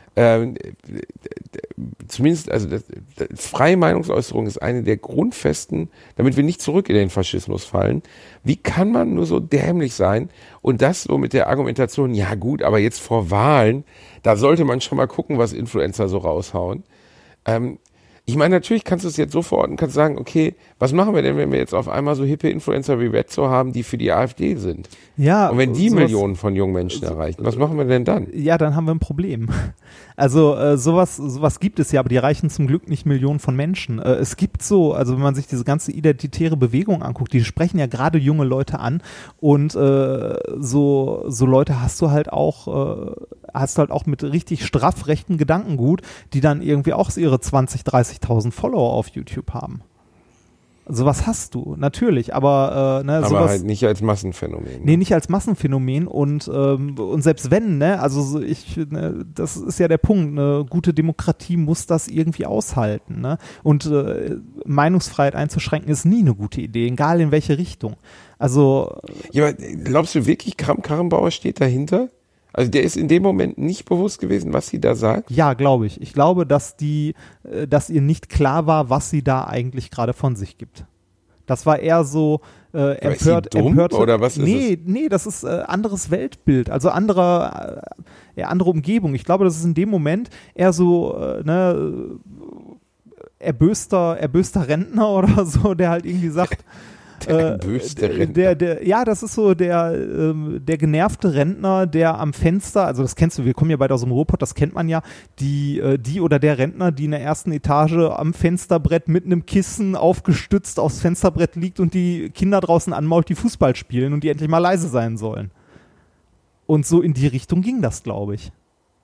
Zumindest, also freie Meinungsäußerung ist eine der Grundfesten, damit wir nicht zurück in den Faschismus fallen. Wie kann man nur so dämlich sein und das so mit der Argumentation, ja gut, aber jetzt vor Wahlen, da sollte man schon mal gucken, was Influencer so raushauen. Ich meine, natürlich kannst du es jetzt so verorten, kannst sagen, okay, was machen wir denn, wenn wir jetzt auf einmal so hippe Influencer wie Retzo haben, die für die AfD sind? Ja. Und wenn die Millionen von jungen Menschen erreichen, was machen wir denn dann? Ja, dann haben wir ein Problem. Also sowas gibt es ja, aber die erreichen zum Glück nicht Millionen von Menschen. Es gibt also wenn man sich diese ganze identitäre Bewegung anguckt, die sprechen ja gerade junge Leute an und so Leute hast du halt auch mit richtig straff rechten Gedankengut, die dann irgendwie auch ihre 20.000, 30.000 Follower auf YouTube haben. Sowas hast du, natürlich, aber aber sowas, halt nicht als Massenphänomen. Ne? Nee, nicht als Massenphänomen und selbst wenn, ne, also das ist ja der Punkt, eine gute Demokratie muss das irgendwie aushalten, ne? Und Meinungsfreiheit einzuschränken ist nie eine gute Idee, egal in welche Richtung. Also ja, aber glaubst du wirklich, Kramp-Karrenbauer steht dahinter? Also der ist in dem Moment nicht bewusst gewesen, was sie da sagt? Ja, glaube ich. Ich glaube, dass ihr nicht klar war, was sie da eigentlich gerade von sich gibt. Das war eher so empört. Oder was ist es? Nee, das ist anderes Weltbild, also andere Umgebung. Ich glaube, das ist in dem Moment eher so erböster Rentner oder so, der halt irgendwie sagt, böste Rentner. Ja, das ist so der genervte Rentner, der am Fenster, also das kennst du, wir kommen ja beide aus dem Ruhrpott, das kennt man ja, die oder der Rentner, die in der ersten Etage am Fensterbrett mit einem Kissen aufgestützt aufs Fensterbrett liegt und die Kinder draußen anmault, die Fußball spielen und die endlich mal leise sein sollen. Und so in die Richtung ging das, glaube ich.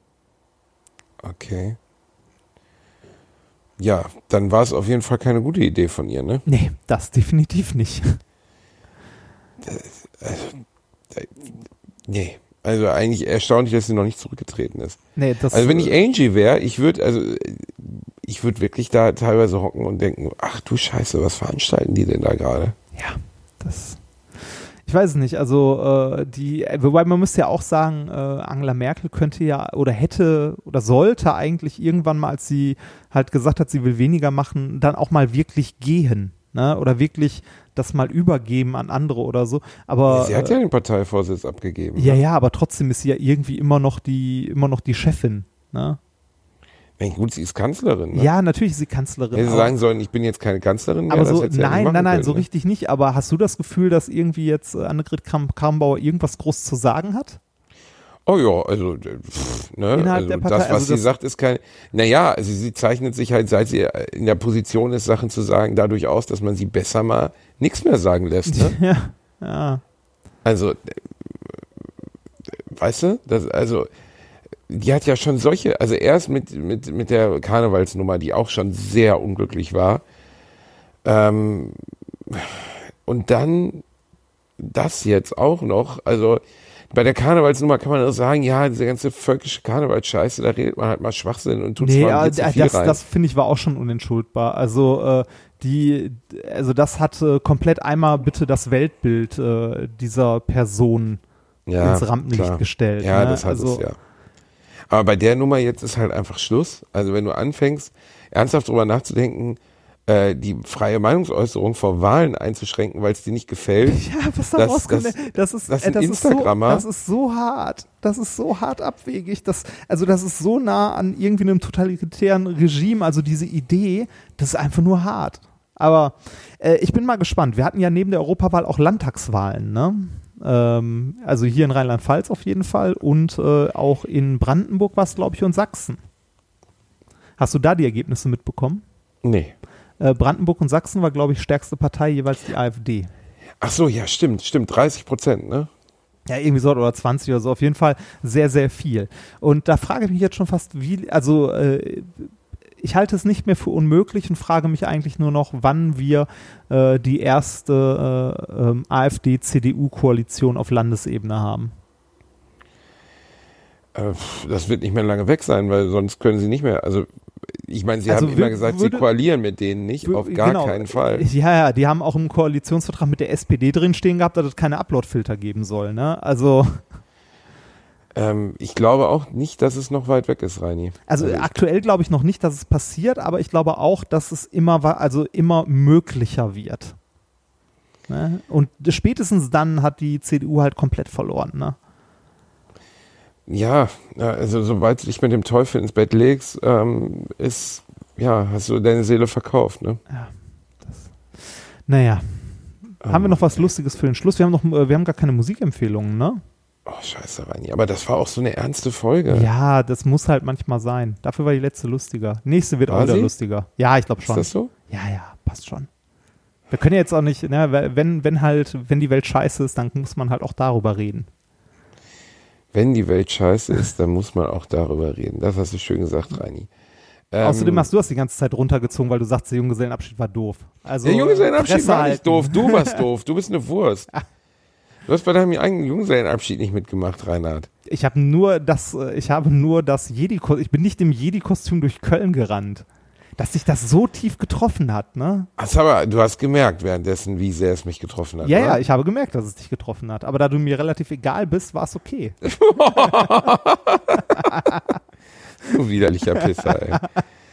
Okay. Ja, dann war es auf jeden Fall keine gute Idee von ihr, ne? Nee, das definitiv nicht. Nee, also eigentlich erstaunlich, dass sie noch nicht zurückgetreten ist. Nee, also wenn ich Angie wäre, ich würde wirklich da teilweise hocken und denken, ach du Scheiße, was veranstalten die denn da gerade? Ja, ich weiß es nicht, also wobei man müsste ja auch sagen, Angela Merkel könnte ja oder hätte oder sollte eigentlich irgendwann mal, als sie halt gesagt hat, sie will weniger machen, dann auch mal wirklich gehen, ne? Oder wirklich das mal übergeben an andere oder so. Aber sie hat ja den Parteivorsitz abgegeben. Ja, aber trotzdem ist sie ja irgendwie immer noch die Chefin, ne? Gut, sie ist Kanzlerin. Ne? Ja, natürlich ist sie Kanzlerin. Hätte sie sagen sollen, ich bin jetzt keine Kanzlerin mehr. Aber so, nein, so richtig nicht. Aber hast du das Gefühl, dass irgendwie jetzt Annegret Kramp-Karrenbauer irgendwas groß zu sagen hat? Oh ja, also, ne? Innerhalb der Partei, das, was sie sagt, ist kein, also sie zeichnet sich halt, seit sie in der Position ist, Sachen zu sagen, dadurch aus, dass man sie besser mal nichts mehr sagen lässt, ne? Ja. Also, weißt du, die hat ja schon solche, also erst mit der Karnevalsnummer, die auch schon sehr unglücklich war, und dann das jetzt auch noch, also bei der Karnevalsnummer kann man auch sagen, ja, diese ganze völkische Karnevalsscheiße, da redet man halt mal Schwachsinn und tut zwar ein bisschen viel rein. Das finde ich war auch schon unentschuldbar. Also das hat komplett einmal bitte das Weltbild dieser Person ins Rampenlicht gestellt. Ja, ne? das hat es ja. Aber bei der Nummer jetzt ist halt einfach Schluss. Also wenn du anfängst, ernsthaft drüber nachzudenken, die freie Meinungsäußerung vor Wahlen einzuschränken, weil es dir nicht gefällt. Ja, was da rauskommt, das ist Instagrammer. Das ist so hart. Das ist so hart abwegig. Das ist so nah an irgendwie einem totalitären Regime. Also diese Idee, das ist einfach nur hart. Aber ich bin mal gespannt. Wir hatten ja neben der Europawahl auch Landtagswahlen, ne? Also hier in Rheinland-Pfalz auf jeden Fall und auch in Brandenburg war es, glaube ich, und Sachsen. Hast du da die Ergebnisse mitbekommen? Nee. Brandenburg und Sachsen war, glaube ich, stärkste Partei jeweils die AfD. Ach so, ja, stimmt, 30%, ne? Ja, irgendwie so, oder 20 oder so, auf jeden Fall sehr, sehr viel. Und da frage ich mich jetzt schon fast, ich halte es nicht mehr für unmöglich und frage mich eigentlich nur noch, wann wir die erste AfD-CDU-Koalition auf Landesebene haben. Das wird nicht mehr lange weg sein, weil sonst können sie nicht mehr, also ich meine, sie haben immer gesagt, sie koalieren mit denen nicht, auf gar keinen Fall. Ja, die haben auch im Koalitionsvertrag mit der SPD drinstehen gehabt, dass es keine Upload-Filter geben soll, ne? Also ich glaube auch nicht, dass es noch weit weg ist, Reini. Also aktuell glaube ich noch nicht, dass es passiert, aber ich glaube auch, dass es immer möglicher wird. Ne? Und spätestens dann hat die CDU halt komplett verloren, ne? Ja, also sobald du dich mit dem Teufel ins Bett legst, hast du deine Seele verkauft, ne? Ja. Naja. Haben wir noch was Lustiges für den Schluss? Wir haben gar keine Musikempfehlungen, ne? Oh, scheiße, Reini. Aber das war auch so eine ernste Folge. Ja, das muss halt manchmal sein. Dafür war die letzte lustiger. Nächste wird auch wieder lustiger. Ja, ich glaube schon. Ist das so? Ja, passt schon. Wir können ja jetzt auch nicht, ne, wenn die Welt scheiße ist, dann muss man halt auch darüber reden. Wenn die Welt scheiße ist, dann muss man auch darüber reden. Das hast du schön gesagt, Reini. Außerdem hast du das die ganze Zeit runtergezogen, weil du sagst, der Junggesellenabschied war doof. Also, der Junggesellenabschied war nicht doof. Du warst doof. Du bist eine Wurst. Du hast bei deinem eigenen Junggesellenabschied nicht mitgemacht, Reinhard. Ich bin nicht im Jedi-Kostüm durch Köln gerannt. Dass sich das so tief getroffen hat, ne? Aber du hast gemerkt währenddessen, wie sehr es mich getroffen hat. Ja, oder? Ja, ich habe gemerkt, dass es dich getroffen hat. Aber da du mir relativ egal bist, war es okay. Du widerlicher Pisser, ey.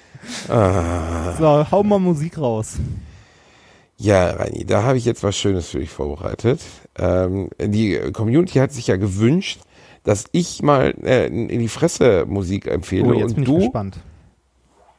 So, hau mal Musik raus. Ja, Reini, da habe ich jetzt was Schönes für dich vorbereitet. Die Community hat sich ja gewünscht, dass ich mal in die Fresse Musik empfehle. Oh, jetzt bin ich gespannt.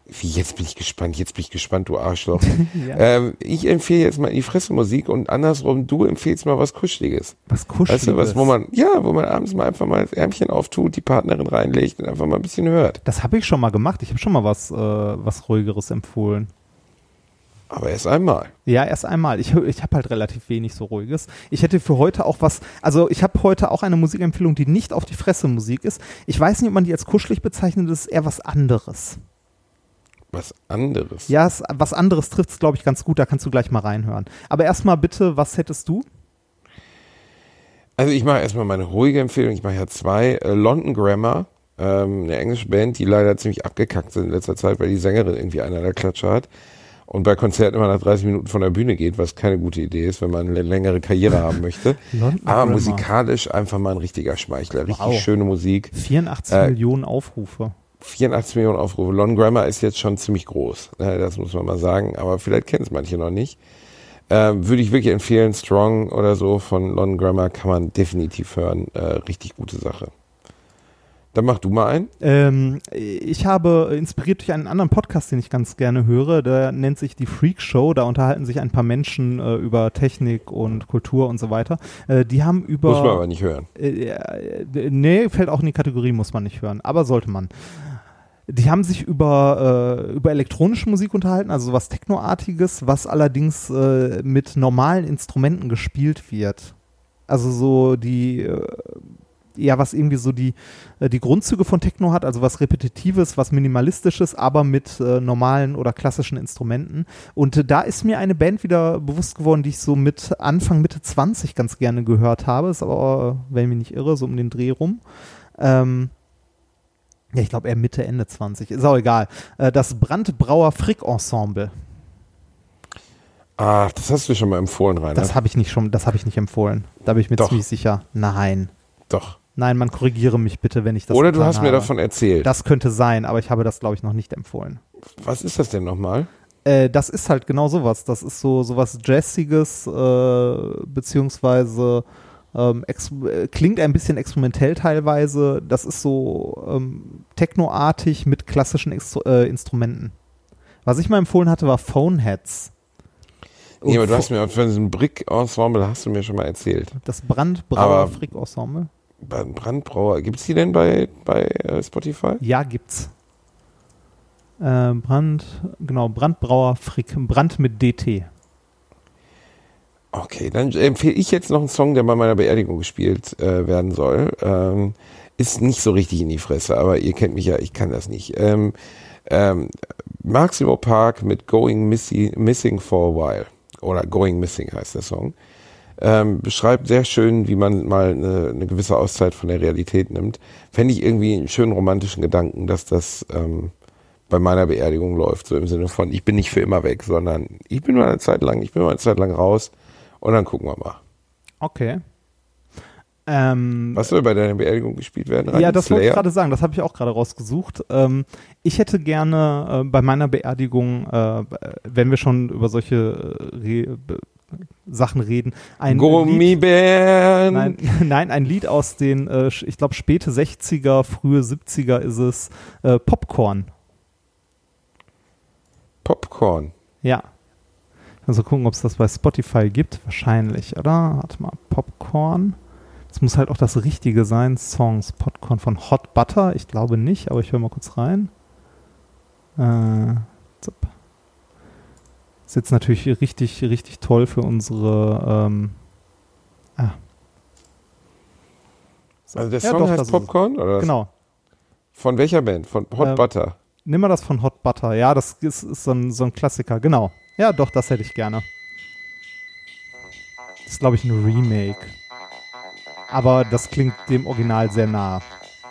Wie, jetzt bin ich gespannt, du Arschloch. Ja. Ich empfehle jetzt mal in die Fresse Musik und andersrum, du empfehlst mal was Kuscheliges. Was Kuscheliges? Weißt du, wo man abends mal einfach mal das Ärmchen auftut, die Partnerin reinlegt und einfach mal ein bisschen hört. Das habe ich schon mal gemacht. Ich habe schon mal was Ruhigeres empfohlen. Aber erst einmal. Ja, erst einmal. Ich habe halt relativ wenig so Ruhiges. Ich hätte für heute auch ich habe heute auch eine Musikempfehlung, die nicht auf die Fresse Musik ist. Ich weiß nicht, ob man die als kuschelig bezeichnet, das ist eher was anderes. Was anderes? Ja, was anderes trifft es, glaube ich, ganz gut. Da kannst du gleich mal reinhören. Aber erstmal bitte, was hättest du? Also ich mache erstmal meine ruhige Empfehlung. Ich mache ja 2. London Grammar, eine englische Band, die leider ziemlich abgekackt sind in letzter Zeit, weil die Sängerin irgendwie einer der Klatsche hat. Und bei Konzerten immer nach 30 Minuten von der Bühne geht, was keine gute Idee ist, wenn man eine längere Karriere haben möchte. Aber musikalisch einfach mal ein richtiger Schmeichler. Richtig schöne Musik. 84 Millionen Aufrufe. 84 Millionen Aufrufe. Lon Grammar ist jetzt schon ziemlich groß. Das muss man mal sagen. Aber vielleicht kennen es manche noch nicht. Würde ich wirklich empfehlen. Strong oder so von Lon Grammar kann man definitiv hören. Richtig gute Sache. Dann mach du mal ein. Ich habe inspiriert durch einen anderen Podcast, den ich ganz gerne höre. Der nennt sich die Freak Show. Da unterhalten sich ein paar Menschen über Technik und Kultur und so weiter. Die haben über... Muss man aber nicht hören. Nee, fällt auch in die Kategorie, muss man nicht hören. Aber sollte man. Die haben sich über elektronische Musik unterhalten, also sowas Technoartiges, was allerdings mit normalen Instrumenten gespielt wird. Also so was irgendwie so die Grundzüge von Techno hat, also was Repetitives, was Minimalistisches, aber mit normalen oder klassischen Instrumenten. Und da ist mir eine Band wieder bewusst geworden, die ich so mit Anfang, Mitte 20 ganz gerne gehört habe. Ist aber, wenn ich mich nicht irre, so um den Dreh rum. Ja, ich glaube eher Mitte, Ende 20. Ist auch egal. Das Brandbrauer Frick Ensemble. Ach, das hast du schon mal empfohlen, Rainer. Das habe ich nicht empfohlen. Da bin ich mir ziemlich sicher. Nein. Doch. Nein, man korrigiere mich bitte, wenn ich das Oder du hast habe. mir davon erzählt. Das könnte sein, aber ich habe das, glaube ich, noch nicht empfohlen. Was ist das denn nochmal? Das ist halt genau sowas. Das ist sowas Jazziges, beziehungsweise klingt ein bisschen experimentell teilweise. Das ist so technoartig mit klassischen Instrumenten. Was ich mal empfohlen hatte, war Phoneheads. Nee, aber du hast mir von diesem Brick-Ensemble, hast du mir schon mal erzählt. Das Brandbrauer Frick-Ensemble. Brandbrauer, gibt's die denn bei Spotify? Ja, gibt's. Brandbrauer Frick, Brand mit DT. Okay, dann empfehle ich jetzt noch einen Song, der bei meiner Beerdigung gespielt werden soll. Ist nicht so richtig in die Fresse, aber ihr kennt mich ja, ich kann das nicht. Maximo Park mit Going Missing for a While. Oder Going Missing heißt der Song. Beschreibt sehr schön, wie man mal eine gewisse Auszeit von der Realität nimmt. Fände ich irgendwie einen schönen romantischen Gedanken, dass das bei meiner Beerdigung läuft. So im Sinne von, ich bin nicht für immer weg, sondern ich bin mal eine Zeit lang raus und dann gucken wir mal. Okay. Was soll bei deiner Beerdigung gespielt werden? Ja, das wollte ich gerade sagen, das habe ich auch gerade rausgesucht. Ich hätte gerne bei meiner Beerdigung, wenn wir schon über solche Sachen reden, ein Gummibären! Nein, ein Lied aus den, ich glaube, späte 60er, frühe 70er ist es, Popcorn. Popcorn? Ja. Also gucken, ob es das bei Spotify gibt. Wahrscheinlich, oder? Warte mal, Popcorn. Es muss halt auch das Richtige sein. Songs, Popcorn von Hot Butter. Ich glaube nicht, aber ich höre mal kurz rein. Ist jetzt natürlich richtig, richtig toll für unsere So. Also der Song heißt Popcorn? Oder genau. Von welcher Band? Von Hot Butter? Nimm mal das von Hot Butter. Ja, das ist so ein Klassiker. Genau. Ja, doch, das hätte ich gerne. Das ist, glaube ich, ein Remake. Aber das klingt dem Original sehr nah.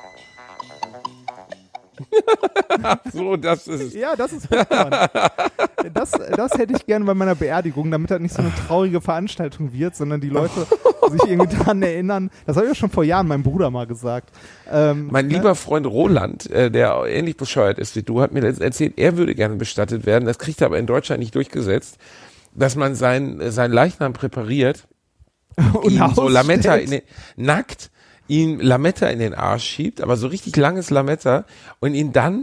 So, das ist... Ja, das ist Popcorn. Das hätte ich gerne bei meiner Beerdigung, damit das nicht so eine traurige Veranstaltung wird, sondern die Leute sich irgendwie daran erinnern. Das habe ich ja schon vor Jahren meinem Bruder mal gesagt. Mein lieber Freund Roland, der ähnlich bescheuert ist wie du, hat mir erzählt, er würde gerne bestattet werden. Das kriegt er aber in Deutschland nicht durchgesetzt, dass man sein Leichnam präpariert und ihm so Lametta nackt ihm Lametta in den Arsch schiebt, aber so richtig langes Lametta und ihn dann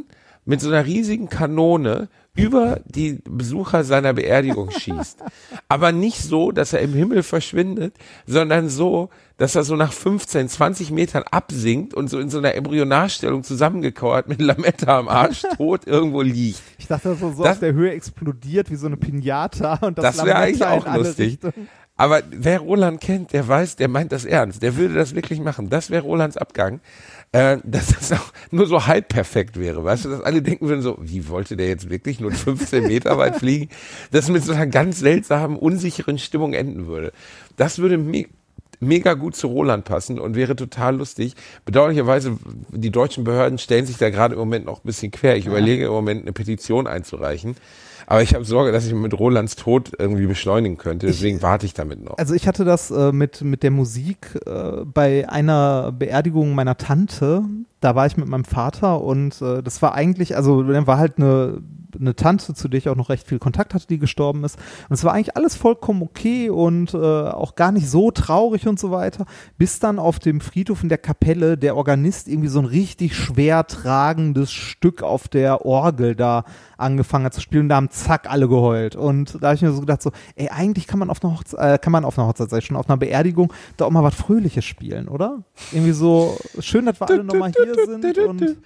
mit so einer riesigen Kanone über die Besucher seiner Beerdigung schießt. Aber nicht so, dass er im Himmel verschwindet, sondern so, dass er so nach 15, 20 Metern absinkt und so in so einer Embryonalstellung zusammengekauert mit Lametta am Arsch tot irgendwo liegt. Ich dachte, dass er so aus der Höhe explodiert wie so eine Pinata und das wäre eigentlich auch lustig. Aber wer Roland kennt, der weiß, der meint das ernst. Der würde das wirklich machen. Das wäre Rolands Abgang. Dass das auch nur so halb perfekt wäre, weißt du, dass alle denken würden so, wie wollte der jetzt wirklich nur 15 Meter weit fliegen, dass mit so einer ganz seltsamen, unsicheren Stimmung enden würde. Das würde mega gut zu Roland passen und wäre total lustig. Bedauerlicherweise, die deutschen Behörden stellen sich da gerade im Moment noch ein bisschen quer. Ich überlege im Moment eine Petition einzureichen. Aber ich habe Sorge, dass ich mit Rolands Tod irgendwie beschleunigen könnte. Deswegen warte ich damit noch. Also ich hatte das mit der Musik bei einer Beerdigung meiner Tante. Da war ich mit meinem Vater und das war eigentlich, also war halt eine Tante, zu der ich auch noch recht viel Kontakt hatte, die gestorben ist. Und es war eigentlich alles vollkommen okay und auch gar nicht so traurig und so weiter, bis dann auf dem Friedhof in der Kapelle der Organist irgendwie so ein richtig schwer tragendes Stück auf der Orgel da angefangen hat zu spielen. Da haben zack alle geheult. Und da habe ich mir so gedacht, so, ey, eigentlich kann man auf einer Hochzeit, sei schon auf einer Beerdigung, da auch mal was Fröhliches spielen, oder? Irgendwie so schön, dass wir alle nochmal hier sind und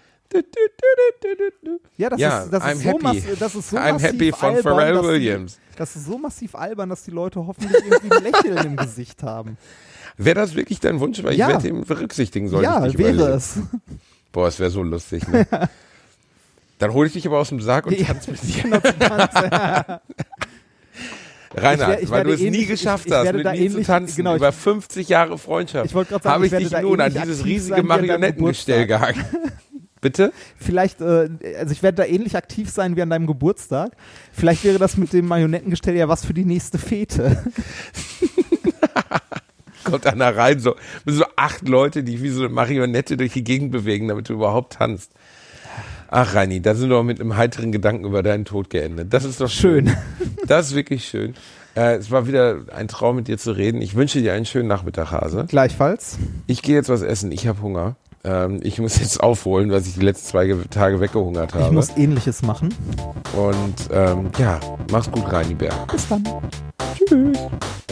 ja, das ist so I'm happy von albern, Pharrell Williams. Das ist so massiv albern, dass die Leute hoffentlich irgendwie ein Lächeln im Gesicht haben. Wäre das wirklich dein Wunsch? Weil ich werde ihn berücksichtigen, soll ich dich wäre überlegen. es. Boah, es wäre so lustig, ne? Dann hole ich dich aber aus dem Sarg und tanze mit dir. Reinhard, weil du es nie geschafft hast, mit mir zu tanzen, genau, über 50 Jahre Freundschaft, habe ich dich nun an dieses riesige Marionettengestell gehangen. Bitte? Vielleicht, also ich werde da ähnlich aktiv sein wie an deinem Geburtstag. Vielleicht wäre das mit dem Marionettengestell ja was für die nächste Fete. Kommt einer rein, so 8 Leute, die wie so eine Marionette durch die Gegend bewegen, damit du überhaupt tanzt. Ach, Reini, da sind wir mit einem heiteren Gedanken über deinen Tod geendet. Das ist doch schön. Das ist wirklich schön. Es war wieder ein Traum, mit dir zu reden. Ich wünsche dir einen schönen Nachmittag, Hase. Gleichfalls. Ich gehe jetzt was essen. Ich habe Hunger. Ich muss jetzt aufholen, was ich die letzten 2 Tage weggehungert habe. Ich muss Ähnliches machen. Und mach's gut, Reini Bär. Bis dann. Tschüss.